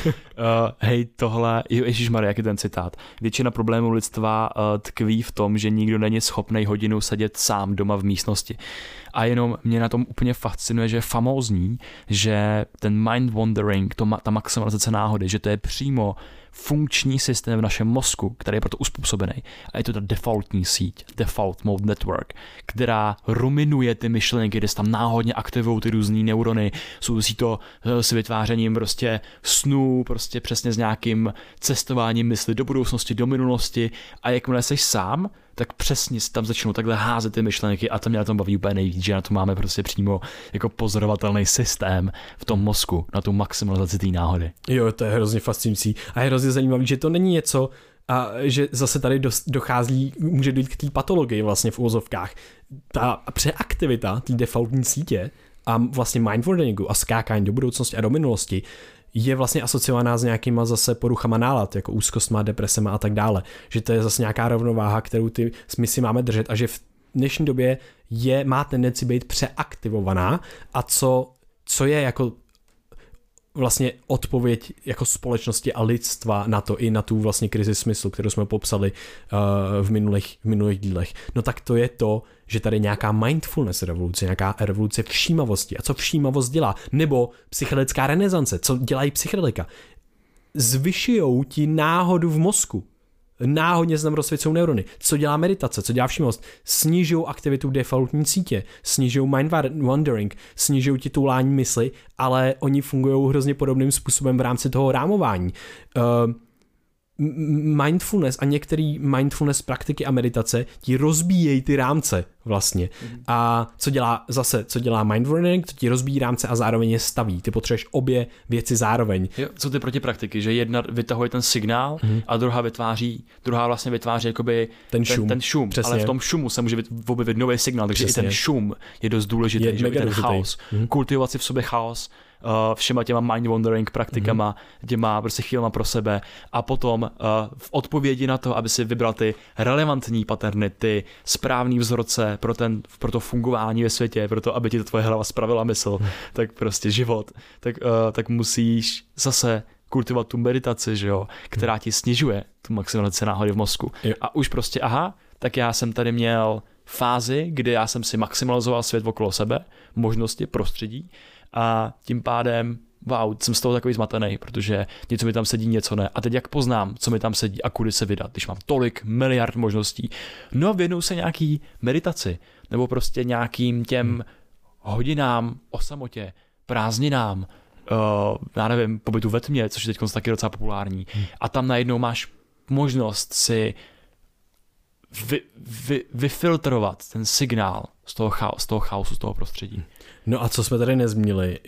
Hej, tohle, ježišmarja, jaký ten citát. Většina problémů lidstva tkví v tom, že nikdo není schopný hodinu sedět sám doma v místnosti. A jenom mě na tom úplně fascinuje, že je famózní, že ten mind wandering, ta maximalizace náhody, že to je přímo funkční systém v našem mozku, který je proto uspůsobený. A je to ta defaultní síť, default mode network, která ruminuje ty myšlenky, kde se tam náhodně aktivují ty různý neurony, souvisí to s vytvářením prostě snů, prostě přesně s nějakým cestováním mysli do budoucnosti, do minulosti a jakmile jsi sám, tak přesně tam začnou takhle házet ty myšlenky a to mě na tom baví úplně nejvíc, že na to máme prostě přímo jako pozorovatelný systém v tom mozku, na tu maximalizaci té náhody. Jo, to je hrozně fascinující a je hrozně zajímavý, že to není něco, a že zase tady může dojít k té patologii vlastně v uvozovkách. Ta přeaktivita té defaultní sítě a vlastně mindwanderingu a skákání do budoucnosti a do minulosti je vlastně asociovaná s nějakýma zase poruchama nálad, jako úzkostma, depresema a tak dále. Že to je zase nějaká rovnováha, kterou my si máme držet a že v dnešní době má tendenci být přeaktivovaná a co je jako vlastně odpověď jako společnosti a lidstva na to i na tu vlastně krizi smyslu, kterou jsme popsali v minulých dílech. No tak to je to, že tady je nějaká mindfulness revoluce, nějaká revoluce všímavosti. A co všímavost dělá? Nebo psychedelická renesance. Co dělají psychedelika? Zvyšujou ti náhodu v mozku. náhodně se tam rozsvěcují neurony. Co dělá meditace, co dělá všímavost? Snižují aktivitu defaultní sítě, snižují mind wandering, snižují ti toulání mysli, ale oni fungují hrozně podobným způsobem v rámci toho rámování. Mindfulness a některé mindfulness praktiky a meditace ti rozbíjejí ty rámce vlastně. A co dělá mindfulness, to ti rozbíjí rámce a zároveň je staví. Ty potřebuješ obě věci zároveň. Jo, co ty protipraktiky, že jedna vytahuje ten signál a druhá vlastně vytváří jakoby ten šum. Přesně. Ale v tom šumu se může objevit nový signál, takže Přesně. I ten šum je dost důležitý, že ten chaos. Kultivovat si v sobě chaos, všema těma mind wandering praktikama, těma prostě chvílema pro sebe a potom v odpovědi na to, aby si vybral ty relevantní paterny, ty správný vzorce pro to fungování ve světě, pro to, aby ti to tvoje hlava spravila mysl, tak prostě život, tak musíš zase kultivovat tu meditaci, že jo, která ti snižuje tu maximalizaci náhody v mozku. A už prostě, tak já jsem tady měl fázi, kdy já jsem si maximalizoval svět okolo sebe, možnosti, prostředí a tím pádem jsem z toho takový zmatený, protože něco mi tam sedí, něco ne. A teď jak poznám, co mi tam sedí a kudy se vydat, když mám tolik miliard možností. No věnuju se nějaký meditaci, nebo prostě nějakým těm hodinám o samotě, prázdninám, já nevím, pobytu ve tmě, což je teď taky docela populární. A tam najednou máš možnost si vyfiltrovat ten signál z toho chaosu, z toho prostředí. No a co jsme tady nezmínili,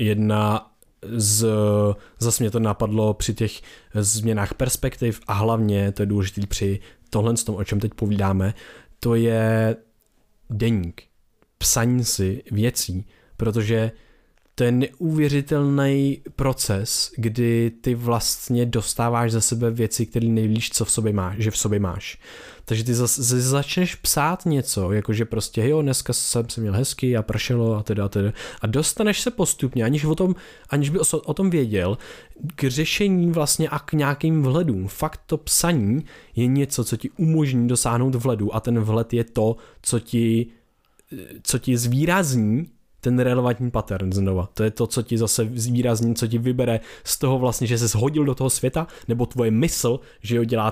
zase mě to napadlo při těch změnách perspektiv a hlavně to je důležité při tohle, o čem teď povídáme, to je deník, psaní si věcí, protože to je neuvěřitelný proces, kdy ty vlastně dostáváš za sebe věci, které nevíš, co v sobě máš. Takže ty začneš psát něco, jakože prostě dneska jsem se měl hezky a pršelo a teda. A dostaneš se postupně, aniž by o tom věděl, k řešení vlastně a k nějakým vhledům. Fakt to psaní je něco, co ti umožní dosáhnout vhledu a ten vhled je to, co ti zvýrazní ten relevantní pattern znova. To je to, co ti zase zvýrazní, co ti vybere z toho vlastně, že se shodil do toho světa, nebo tvoje mysl, že dělá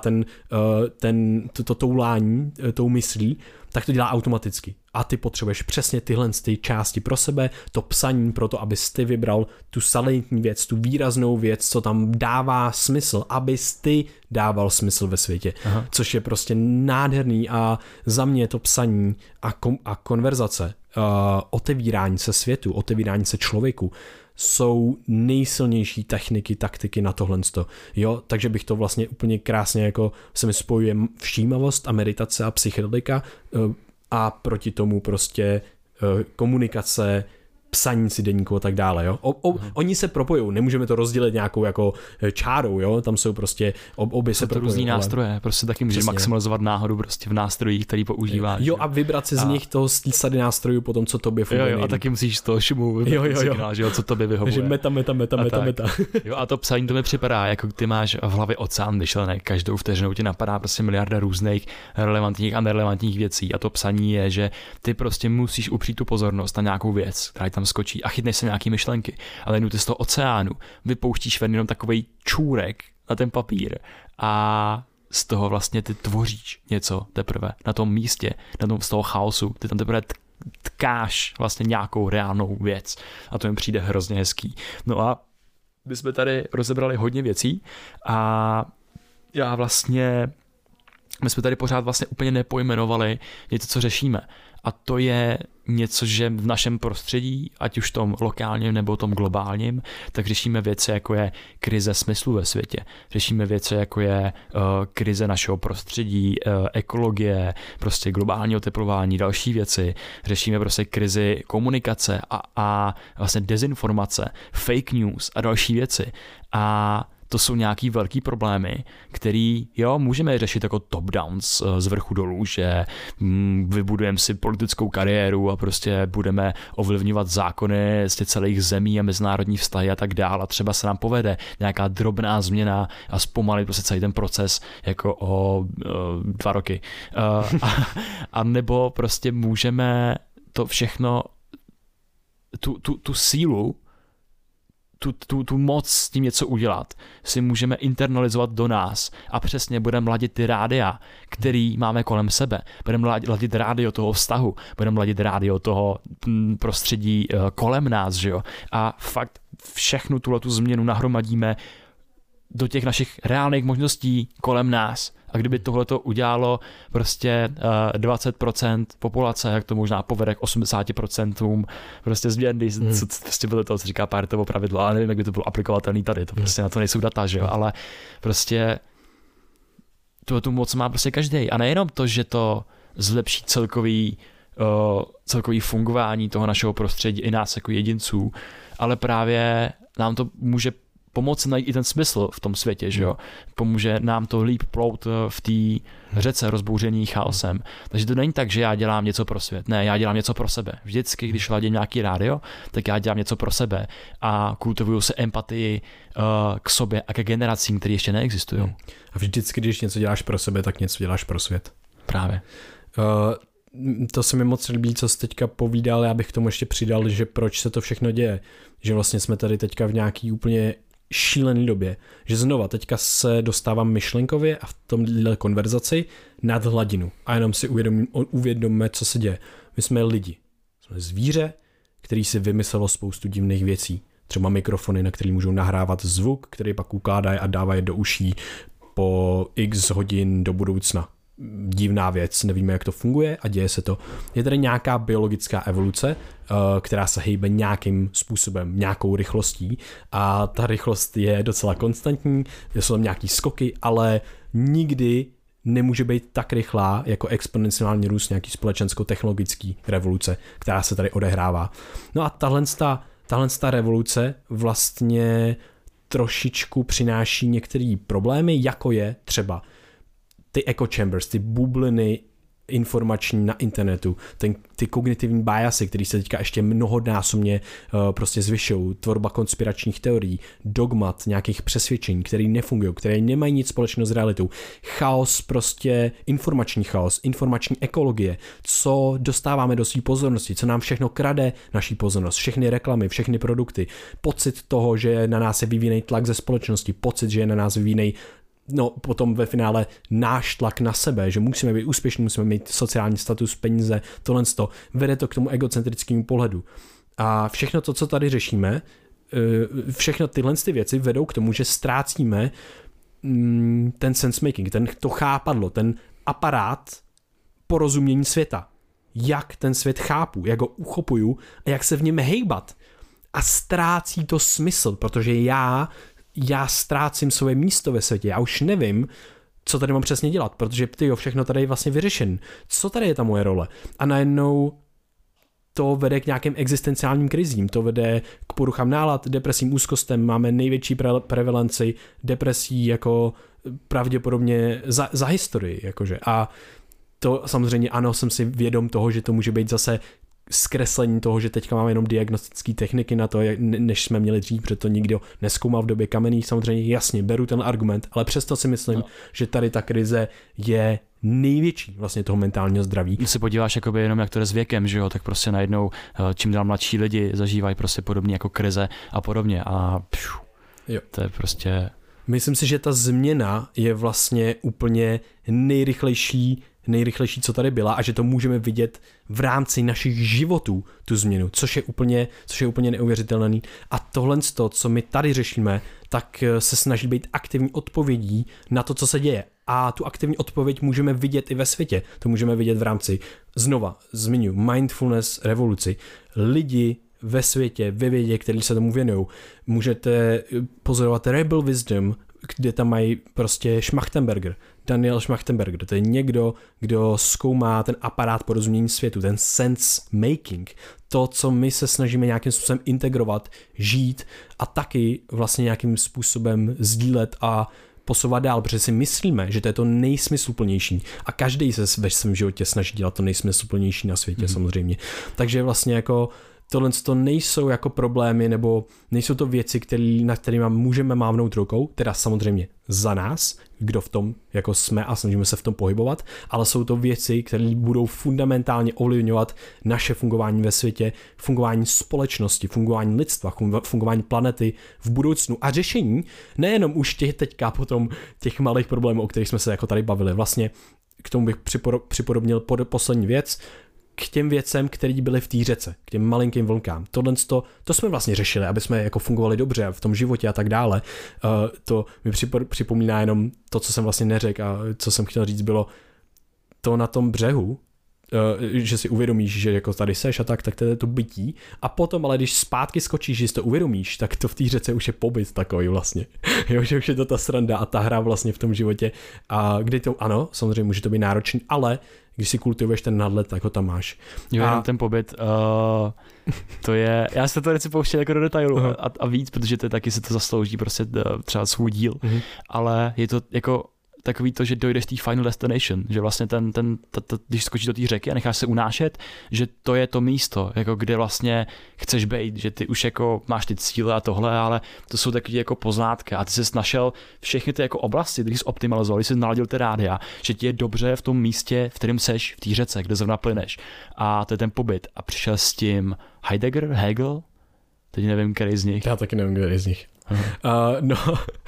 to toulání tou myslí, tak to dělá automaticky. A ty potřebuješ přesně tyhle ty části pro sebe, to psaní pro to, abys ty vybral tu salientní věc, tu výraznou věc, co tam dává smysl, abys ty dával smysl ve světě. Aha. Což je prostě nádherný a za mě to psaní a konverzace, otevírání se světu, otevírání se člověku jsou nejsilnější techniky, taktiky na tohle. Jo, takže bych to vlastně úplně krásně jako se mi spojuje všímavost a meditace a psychedelika a proti tomu prostě komunikace, psaní si deníku a tak dále, jo. Oni se propojou, nemůžeme to rozdělit nějakou jako čárou, jo, tam jsou prostě obě se propojují. Různý nástroje, prostě taky můžeš maximalizovat náhodu prostě v nástrojích, který používáš. Jo, a vybrat si z nich toho sady nástrojů potom, co tobě funguje. Jo, a taky musíš z toho šumu vybrat signál, že jo, co tobě vyhovuje. Takže meta. Jo, a to psaní to mi připadá, jako ty máš v hlavě oceán myšlenek, každou vteřinou ti napadá prostě miliarda různých relevantních a nerelevantních věcí a to psaní je, že ty prostě musíš upřít tu pozornost na nějakou věc, která tam skočí a chytneš se nějaký myšlenky, ale jenom ty z toho oceánu vypouštíš ven jenom takovej čůrek na ten papír a z toho vlastně ty tvoříš něco teprve na tom místě, z toho chaosu, ty tam teprve tkáš vlastně nějakou reálnou věc a to mi přijde hrozně hezký. No a my jsme tady rozebrali hodně věcí a my jsme tady pořád vlastně úplně nepojmenovali něco, co řešíme. A to je něco, že v našem prostředí, ať už tom lokálním nebo tom globálním, tak řešíme věci, jako je krize smyslu ve světě. Řešíme věci, jako je krize našeho prostředí, ekologie, prostě globální oteplování, další věci. Řešíme prostě krizi komunikace a vlastně dezinformace, fake news a další věci. A to jsou nějaký velký problémy, který, můžeme řešit jako top-down z vrchu dolů, že vybudujeme si politickou kariéru a prostě budeme ovlivňovat zákony z celých zemí a mezinárodní vztahy a tak dále. A třeba se nám povede nějaká drobná změna a zpomalit prostě celý ten proces jako o 2 roky. A nebo prostě můžeme to všechno, tu sílu, tu moc s tím něco udělat, si můžeme internalizovat do nás a přesně budeme ladit ty rádia, který máme kolem sebe. Budeme ladit rádio toho vztahu, budeme ladit rádio toho prostředí kolem nás, že jo. A fakt všechnu tu změnu nahromadíme do těch našich reálných možností kolem nás. A kdyby tohleto udělalo prostě 20% populace, jak to možná povede k 80% prostě změn, prostě bylo to, co říká Paretovo pravidlo, ale nevím, jak by to bylo aplikovatelný tady, to prostě na to nejsou data, že jo, ale prostě tu moc má prostě každý. A nejenom to, že to zlepší celkový fungování toho našeho prostředí i nás jako jedinců, ale právě nám to může pomoci najít i ten smysl v tom světě, že jo. Pomůže nám to líp plout v té řece rozbouřený chaosem. Takže to není tak, že já dělám něco pro svět. Ne, já dělám něco pro sebe. Vždycky, když ladím nějaký rádio, tak já dělám něco pro sebe a kultivuju se empatii k sobě a ke generacím, které ještě neexistují. A vždycky, když něco děláš pro sebe, tak něco děláš pro svět. Právě. To se mi moc líbí, co jsi teďka povídal, já bych k tomu ještě přidal, že proč se to všechno děje. Že vlastně jsme tady teďka v nějaký úplně šílený době, že znova teďka se dostávám myšlenkově a v tomhle konverzaci nad hladinu a jenom si uvědomíme, co se děje. My jsme lidi, jsme zvíře, který si vymyslelo spoustu divných věcí. Třeba mikrofony, na který můžou nahrávat zvuk, který pak ukládají a dávají do uší po x hodin do budoucna. Divná věc, nevíme, jak to funguje a děje se to. Je tady nějaká biologická evoluce, která se hejbe nějakým způsobem, nějakou rychlostí a ta rychlost je docela konstantní, jsou tam nějaký skoky, ale nikdy nemůže být tak rychlá jako exponenciální růst nějaký společensko-technologický revoluce, která se tady odehrává. No a tahle revoluce vlastně trošičku přináší některé problémy, jako je třeba ty echo chambers, ty bubliny informační na internetu, ty kognitivní biasy, které se teďka ještě mnohonásobně prostě zvyšují, tvorba konspiračních teorií, dogmat, nějakých přesvědčení, které nefungují, které nemají nic společného s realitou, chaos, prostě informační chaos, informační ekologie, co dostáváme do své pozornosti, co nám všechno krade naší pozornost, všechny reklamy, všechny produkty, pocit toho, že na nás je vyvíjený tlak ze společnosti, pocit, že je na nás vyvíjený potom ve finále náš tlak na sebe, že musíme být úspěšní, musíme mít sociální status, peníze, tohle vede to k tomu egocentrickému pohledu. A všechno to, co tady řešíme, všechno tyhle věci vedou k tomu, že ztrácíme ten sense making, to chápadlo, ten aparát porozumění světa. Jak ten svět chápu, jak ho uchopuju a jak se v něm hejbat. A ztrácí to smysl, protože já ztrácím svoje místo ve světě. Já už nevím, co tady mám přesně dělat, protože všechno tady je vlastně vyřešen. Co tady je ta moje role? A najednou to vede k nějakým existenciálním krizím, to vede k poruchám nálad, depresím, úzkostem, máme největší prevalenci depresí jako pravděpodobně za historii. Jakože. A to samozřejmě ano, jsem si vědom toho, že to může být zase zkreslení toho, že teďka máme jenom diagnostické techniky na to, než jsme měli dřív, protože to nikdo nezkoumal v době kamenných. Samozřejmě jasně, beru ten argument, ale přesto si myslím, že tady ta krize je největší vlastně toho mentálního zdraví. Když se podíváš jakoby jenom jak to je s věkem, že jo, tak prostě najednou čím dál mladší lidi zažívají prostě podobně jako krize a podobně a to je prostě... Myslím si, že ta změna je vlastně úplně nejrychlejší, co tady byla a že to můžeme vidět v rámci našich životů, tu změnu, což je úplně neuvěřitelné. A tohle, co my tady řešíme, tak se snaží být aktivní odpovědí na to, co se děje. A tu aktivní odpověď můžeme vidět i ve světě. To můžeme vidět v rámci, znova zmiňuji, mindfulness revoluci. Lidi ve světě, ve vědě, kteří se tomu věnují. Můžete pozorovat Rebel Wisdom, kde tam mají prostě Daniel Schmachtenberger, to je někdo, kdo zkoumá ten aparát porozumění světu, ten sense making, to, co my se snažíme nějakým způsobem integrovat, žít a taky vlastně nějakým způsobem sdílet a posouvat dál, protože si myslíme, že to je to nejsmysluplnější a každý se ve svém životě snaží dělat to nejsmysluplnější na světě samozřejmě. Takže vlastně jako tohle to nejsou jako problémy, nebo nejsou to věci, na kterými můžeme mávnout rukou, teda samozřejmě za nás, kdo v tom jako jsme a snažíme se v tom pohybovat, ale jsou to věci, které budou fundamentálně ovlivňovat naše fungování ve světě, fungování společnosti, fungování lidstva, fungování planety v budoucnu a řešení nejenom už teďka potom těch malých problémů, o kterých jsme se jako tady bavili. Vlastně k tomu bych připodobnil poslední věc, k těm věcem, které byly v té řece, k těm malinkým vlnkám. To jsme vlastně řešili, aby jsme jako fungovali dobře v tom životě a tak dále. To mi připomíná jenom to, co jsem vlastně neřekl a co jsem chtěl říct, bylo to na tom břehu, že si uvědomíš, že jako tady seš a tak to je to bytí. A potom, ale když zpátky skočíš, že si to uvědomíš, tak to v té řece už je pobyt takový vlastně. Jo, že už je to ta sranda a ta hra vlastně v tom životě. A kdy to, ano, samozřejmě může to být náročný, ale když si kultivuješ ten nadhled, tak ho tam máš. Jo, jenom ten pobyt, to je, já se to nechci pouštět jako do detailu a víc, protože to taky se to zaslouží prostě třeba svůj díl, ale je to jako takový to, že dojdeš té final destination, že vlastně když skočíš do té řeky a necháš se unášet, že to je to místo, jako kde vlastně chceš být, že ty už jako máš ty cíle a tohle, ale to jsou takové jako poznátka a ty jsi našel všechny ty jako oblasti, když jsi optimalizoval, když jsi naladil ty rádia, že ti je dobře v tom místě, v kterém seš, v té řece, kde zrovna plyneš. A to je ten pobyt. A přišel s tím Hegel? Teď nevím, který z nich. Já taky nevím, který z nich. No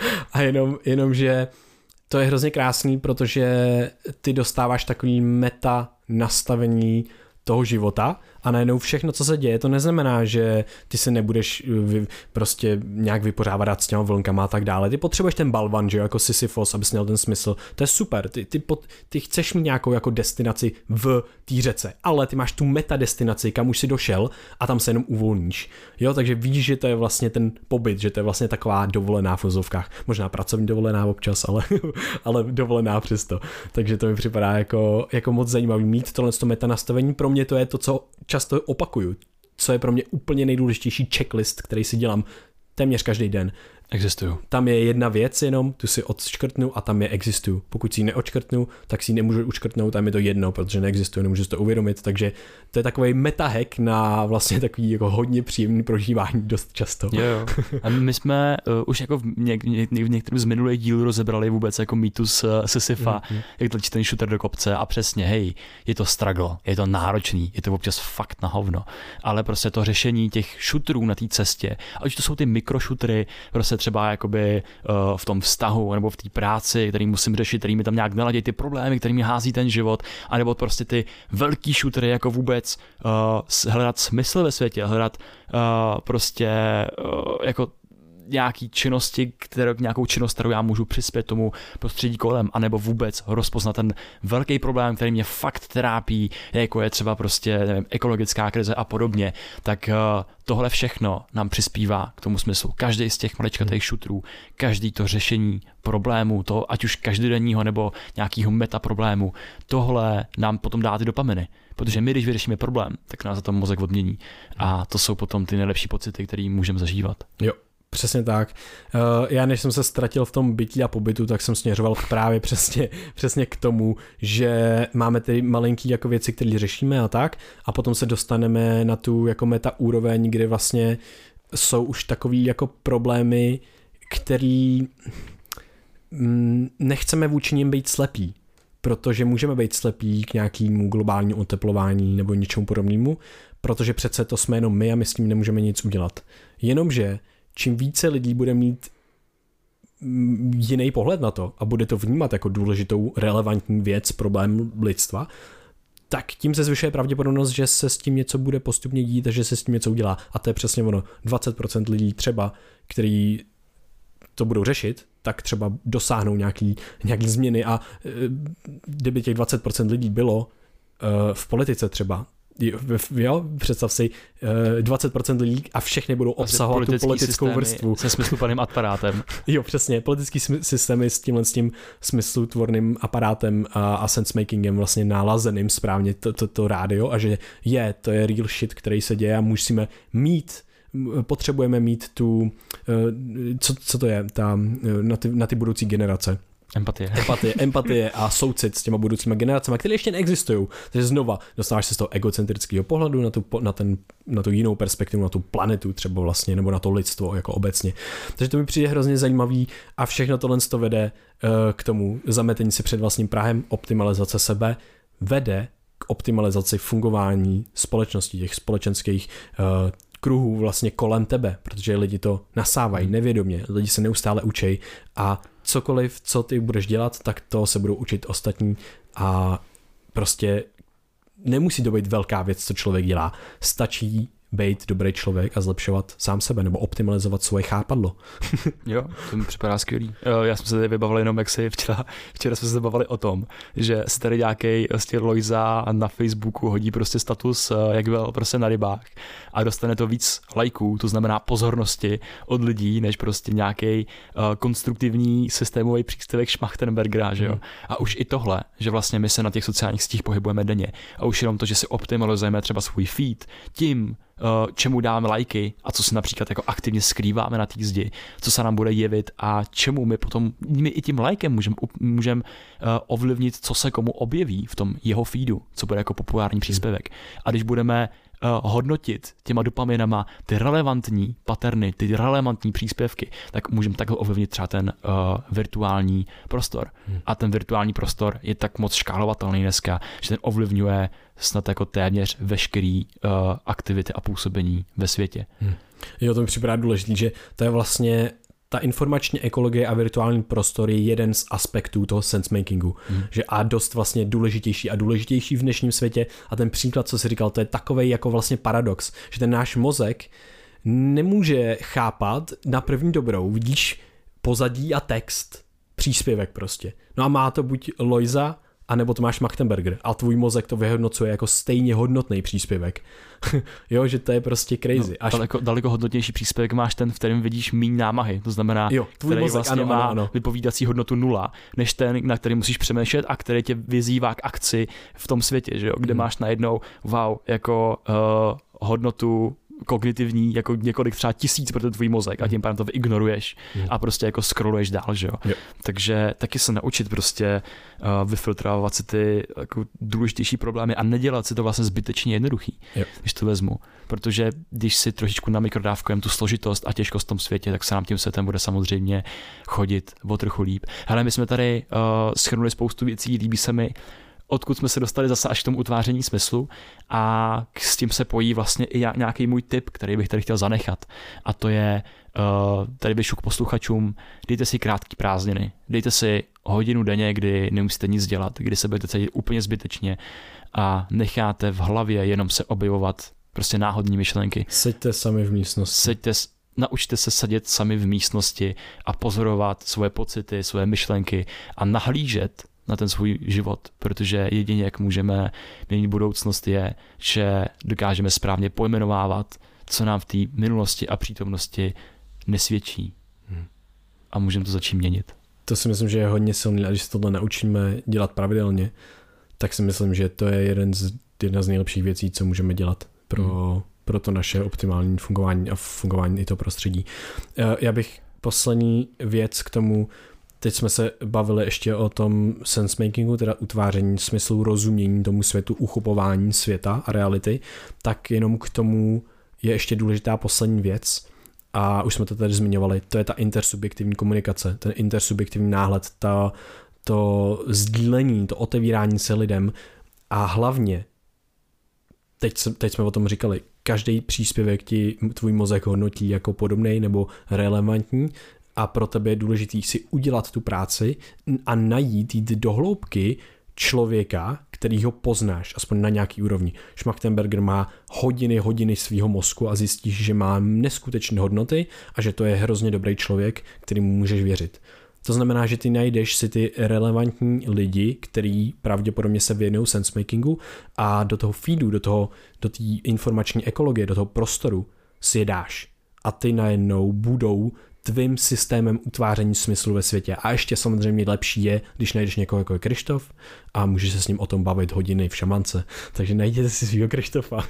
a jenom, že to je hrozně krásný, protože ty dostáváš takový meta nastavení toho života a najednou všechno, co se děje, to neznamená, že ty se nebudeš prostě nějak vypořávat s těma vlnkama a tak dále. Ty potřebuješ ten balvan, že jo, jako Sisyfos, abys měl ten smysl. To je super. Ty chceš mít nějakou jako destinaci v té řece, ale ty máš tu meta destinaci, kam už si došel a tam se jenom uvolníš. Jo, takže víš, že to je vlastně ten pobyt, že to je vlastně taková dovolená v vozovkách. Možná pracovní dovolená občas, ale dovolená přesto. Takže to mi připadá jako moc zajímavý mít tohle meta nastavení. Pro mě to je to, co často opakuju, co je pro mě úplně nejdůležitější checklist, který si dělám téměř každý den. Existuju. Tam je jedna věc jenom, tu si odškrtnu a tam je existuju. Pokud si ji neodškrtnu, tak si ji nemůžu odškrtnout, tam je to jedno, protože neexistuje, nemůžu si to uvědomit, takže to je takový metahack na vlastně takový jako hodně příjemný prožívání dost často. Jo. A my jsme už jako v některém z minulých dílů rozebrali vůbec jako mýtus Sisyfa, jak tlačí ten shooter do kopce a přesně, hej, je to struggle, je to náročný, je to občas fakt na hovno, ale prostě to řešení těch shooterů na té cestě, a už to jsou ty mikroshootery, prostě třeba jakoby v tom vztahu nebo v té práci, který musím řešit, který mi tam nějak neladí, ty problémy, který mi hází ten život, anebo prostě ty velký shootery, jako vůbec hledat smysl ve světě, hledat prostě jako nějaký činnosti, nějakou činnost, kterou já můžu přispět tomu prostředí kolem, anebo vůbec rozpoznat ten velký problém, který mě fakt trápí, jako je třeba prostě, nevím, ekologická krize a podobně, tak tohle všechno nám přispívá k tomu smyslu. Každý z těch maličkatých shooterů, každý to řešení problému, to ať už každodenního nebo nějakého meta problému, tohle nám potom dá ty dopaminy. Protože my, když vyřešíme problém, tak nás za to mozek odmění. A to jsou potom ty nejlepší pocity, které můžeme zažívat. Jo. Přesně tak. Já než jsem se ztratil v tom bytí a pobytu, tak jsem směřoval právě přesně k tomu, že máme ty malinký jako věci, které řešíme a tak, a potom se dostaneme na tu jako meta úroveň, kde vlastně jsou už takový jako problémy, který nechceme vůči nim být slepí, protože můžeme být slepí k nějakému globálnímu oteplování nebo něčemu podobnému, protože přece to jsme jenom my a my s tím nemůžeme nic udělat. Jenomže čím více lidí bude mít jiný pohled na to a bude to vnímat jako důležitou, relevantní věc, problém lidstva, tak tím se zvyšuje pravděpodobnost, že se s tím něco bude postupně dít a že se s tím něco udělá. A to je přesně ono. 20% lidí třeba, který to budou řešit, tak třeba dosáhnou nějaký změny a kdyby těch 20% lidí bylo v politice třeba, jo, představ si 20% lidí a všechny budou obsahovat tu politickou vrstvu. Se smysluplným aparátem. Jo, přesně, politický systémy s tímhle s tím smyslutvorným aparátem a sensemakingem vlastně nalazeným správně to rádio a že to je real shit, který se děje a potřebujeme mít tu, co to je, na ty budoucí generace. Empatie a soucit s těma budoucíma generacemi, které ještě neexistují. Takže znova dostáváš se z toho egocentrického pohledu na tu jinou perspektivu, na tu planetu třeba vlastně, nebo na to lidstvo jako obecně. Takže to mi přijde hrozně zajímavý a všechno tohle to vede k tomu zametení si před vlastním prahem, optimalizace sebe, vede k optimalizaci fungování společnosti, těch společenských kruhů vlastně kolem tebe, protože lidi to nasávají nevědomě, lidi se neustále učí a cokoliv, co ty budeš dělat, tak to se budou učit ostatní a prostě nemusí to být velká věc, co člověk dělá. Stačí být dobrý člověk a zlepšovat sám sebe nebo optimalizovat svoje chápadlo. Jo, to mi připadá skvělý. Já jsem se tady vybavil jenom, jak si včera jsme se bavili o tom, že se tady nějaký Lojza na Facebooku hodí prostě status, jak byl prostě na rybách a dostane to víc lajků, to znamená pozornosti od lidí, než prostě nějaký konstruktivní systémový příspěvek Schmachtenbergera, že jo. A už i tohle, že vlastně my se na těch sociálních sítích pohybujeme denně a už jenom to, že si optimalizujeme třeba svůj feed tím, čemu dáme lajky a co si například jako aktivně skrýváme na té zdi, co se nám bude jevit a čemu my potom i tím lajkem můžeme ovlivnit, co se komu objeví v tom jeho feedu, co bude jako populární příspěvek. A když budeme hodnotit těma dopaminama ty relevantní paterny, ty relevantní příspěvky, tak můžeme takhle ovlivnit třeba ten virtuální prostor. A ten virtuální prostor je tak moc škálovatelný dneska, že ten ovlivňuje snad jako téměř veškerý aktivity a působení ve světě. Jo, to mi připadá důležitý, že to je vlastně ta informační ekologie a virtuální prostor je jeden z aspektů toho sensemakingu. Že a dost vlastně důležitější a důležitější v dnešním světě a ten příklad, co jsi říkal, to je takovej jako vlastně paradox, že ten náš mozek nemůže chápat na první dobrou, vidíš pozadí a text, příspěvek prostě. No a má to buď Lojza, anebo to máš Schmachtenberger a tvůj mozek to vyhodnocuje jako stejně hodnotný příspěvek. Jo, že to je prostě crazy. Daleko hodnotnější příspěvek máš ten, v kterém vidíš míň námahy, to znamená, který mozek, vlastně má vypovídací hodnotu 0, než ten, na který musíš přemýšlet a který tě vyzývá k akci v tom světě, že jo? Kde máš najednou jako hodnotu kognitivní, jako několik třeba 1000 pro ten tvůj mozek a tím pádem to ignoruješ a prostě jako scrolluješ dál, že jo. Takže taky se naučit prostě vyfiltrovat si ty jako důležitější problémy a nedělat si to vlastně zbytečně jednoduchý, když to vezmu. Protože když si trošičku namikrodávkujeme tu složitost a těžkost v tom světě, tak se nám tím světem bude samozřejmě chodit o trochu líp. Hele, my jsme tady shrnuli spoustu věcí, líbí se mi, odkud jsme se dostali zase až k tomu utváření smyslu a s tím se pojí vlastně i nějaký můj tip, který bych tady chtěl zanechat. A to je, tady vyšu k posluchačům, dejte si krátký prázdniny, dejte si hodinu denně, kdy nemusíte nic dělat, kdy se budete cítit úplně zbytečně a necháte v hlavě jenom se objevovat prostě náhodní myšlenky. Seďte sami v místnosti. Naučte se sedět sami v místnosti a pozorovat svoje pocity, svoje myšlenky a nahlížet na ten svůj život, protože jedině jak můžeme měnit budoucnost je, že dokážeme správně pojmenovávat, co nám v té minulosti a přítomnosti nesvědčí. A můžeme to začít měnit. To si myslím, že je hodně silný a když se tohle naučíme dělat pravidelně, tak si myslím, že to je jedna z nejlepších věcí, co můžeme dělat pro to naše optimální fungování a fungování i toho prostředí. Já bych poslední věc k tomu. Teď jsme se bavili ještě o tom sensemakingu, teda utváření smyslu, rozumění tomu světu, uchopování světa a reality, tak jenom k tomu je ještě důležitá poslední věc a už jsme to tady zmiňovali, to je ta intersubjektivní komunikace, ten intersubjektivní náhled, to sdílení, to otevírání se lidem a hlavně, teď jsme o tom říkali, každý příspěvek ti tvůj mozek hodnotí jako podobnej nebo relevantní, a pro tebe je důležitý si udělat tu práci a jít do hloubky člověka, který ho poznáš, aspoň na nějaký úrovni. Schmachtenberger má hodiny svého mozku a zjistíš, že má neskutečné hodnoty a že to je hrozně dobrý člověk, kterému můžeš věřit. To znamená, že ty najdeš si ty relevantní lidi, který pravděpodobně se věnují sensemakingu a do toho feedu, do té informační ekologie, do toho prostoru si je dáš. A ty najednou budou tvým systémem utváření smyslu ve světě. A ještě samozřejmě lepší je, když najdeš někoho jako je Krištof a můžeš se s ním o tom bavit hodiny v šamance. Takže najděte si svýho Krištofa.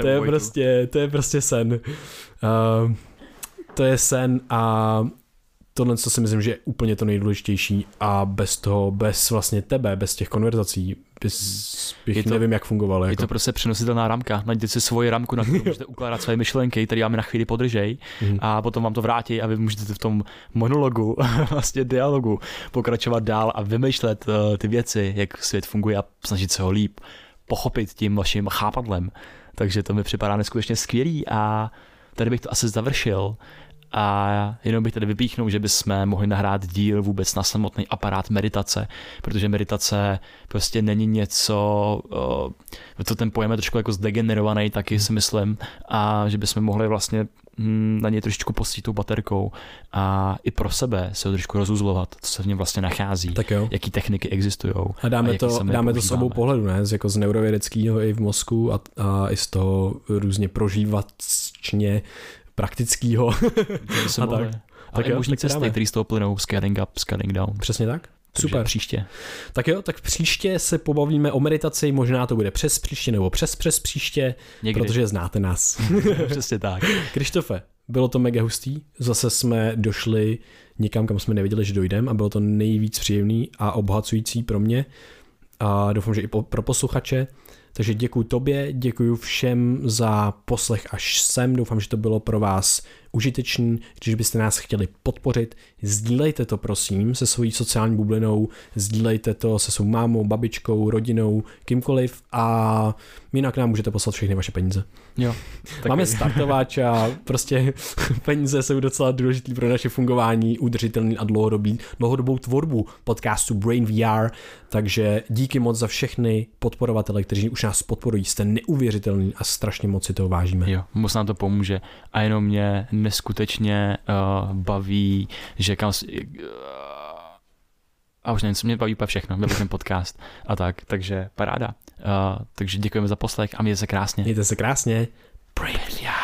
To je prostě sen. To je sen a tohle co si myslím, že je úplně to nejdůležitější a bez toho, bez vlastně tebe, bez těch konverzací, bych nevím, jak fungovalo. Je to prostě přenositelná ramka. Najděte si svoji ramku, na kterou můžete ukládat své myšlenky, které vám na chvíli podržej a potom vám to vrátí a vy můžete v tom monologu, vlastně dialogu, pokračovat dál a vymýšlet ty věci, jak svět funguje a snažit se ho líp pochopit tím vaším chápadlem. Takže to mi připadá neskutečně skvělý a tady bych to asi završil. A jenom bych tady vypíchnul, že bychom mohli nahrát díl vůbec na samotný aparát meditace, protože meditace prostě není něco, to ten pojem je trošku jako zdegenerovaný, taky si myslím, a že bychom mohli vlastně na něj trošičku postít tou baterkou a i pro sebe se ho trošku rozuzlovat, co se v něm vlastně nachází, jaký techniky existují. A dáme to s obou pohledu, ne? Jako z neurovědeckého i v mozku a i z toho různě prožívačně praktického. Tak jo, možný cesty, které z toho plynou, scaling up, scaling down. Přesně tak. Takže super. Příště. Tak jo, tak příště se pobavíme o meditaci, možná to bude přes příště nebo přes příště, někdy. Protože znáte nás. Přesně tak. Krištofe, bylo to mega hustý, zase jsme došli někam, kam jsme nevěděli, že dojdeme a bylo to nejvíc příjemný a obohacující pro mě a doufám, že i pro posluchače. Takže děkuji tobě, děkuji všem za poslech až sem, doufám, že to bylo pro vás užitečný, když byste nás chtěli podpořit, sdílejte to prosím se svojí sociální bublinou, sdílejte to se svou mámou, babičkou, rodinou, kýmkoliv a jinak nám můžete poslat všechny vaše peníze. Jo. Máme startovač a prostě peníze jsou docela důležitý pro naše fungování, udržitelný a dlouhodobou tvorbu podcastu Brain VR, takže díky moc za všechny podporovatele, kteří už nás podporují, jste neuvěřitelný a strašně moc si toho vážíme. Jo, moc nám to pomůže a jenom mě neskutečně baví, že kam a už nevím, co mě baví všechno, byl ten podcast a tak, takže paráda. Takže děkujeme za poslech a mějte se krásně. Mějte se krásně. Brain VR.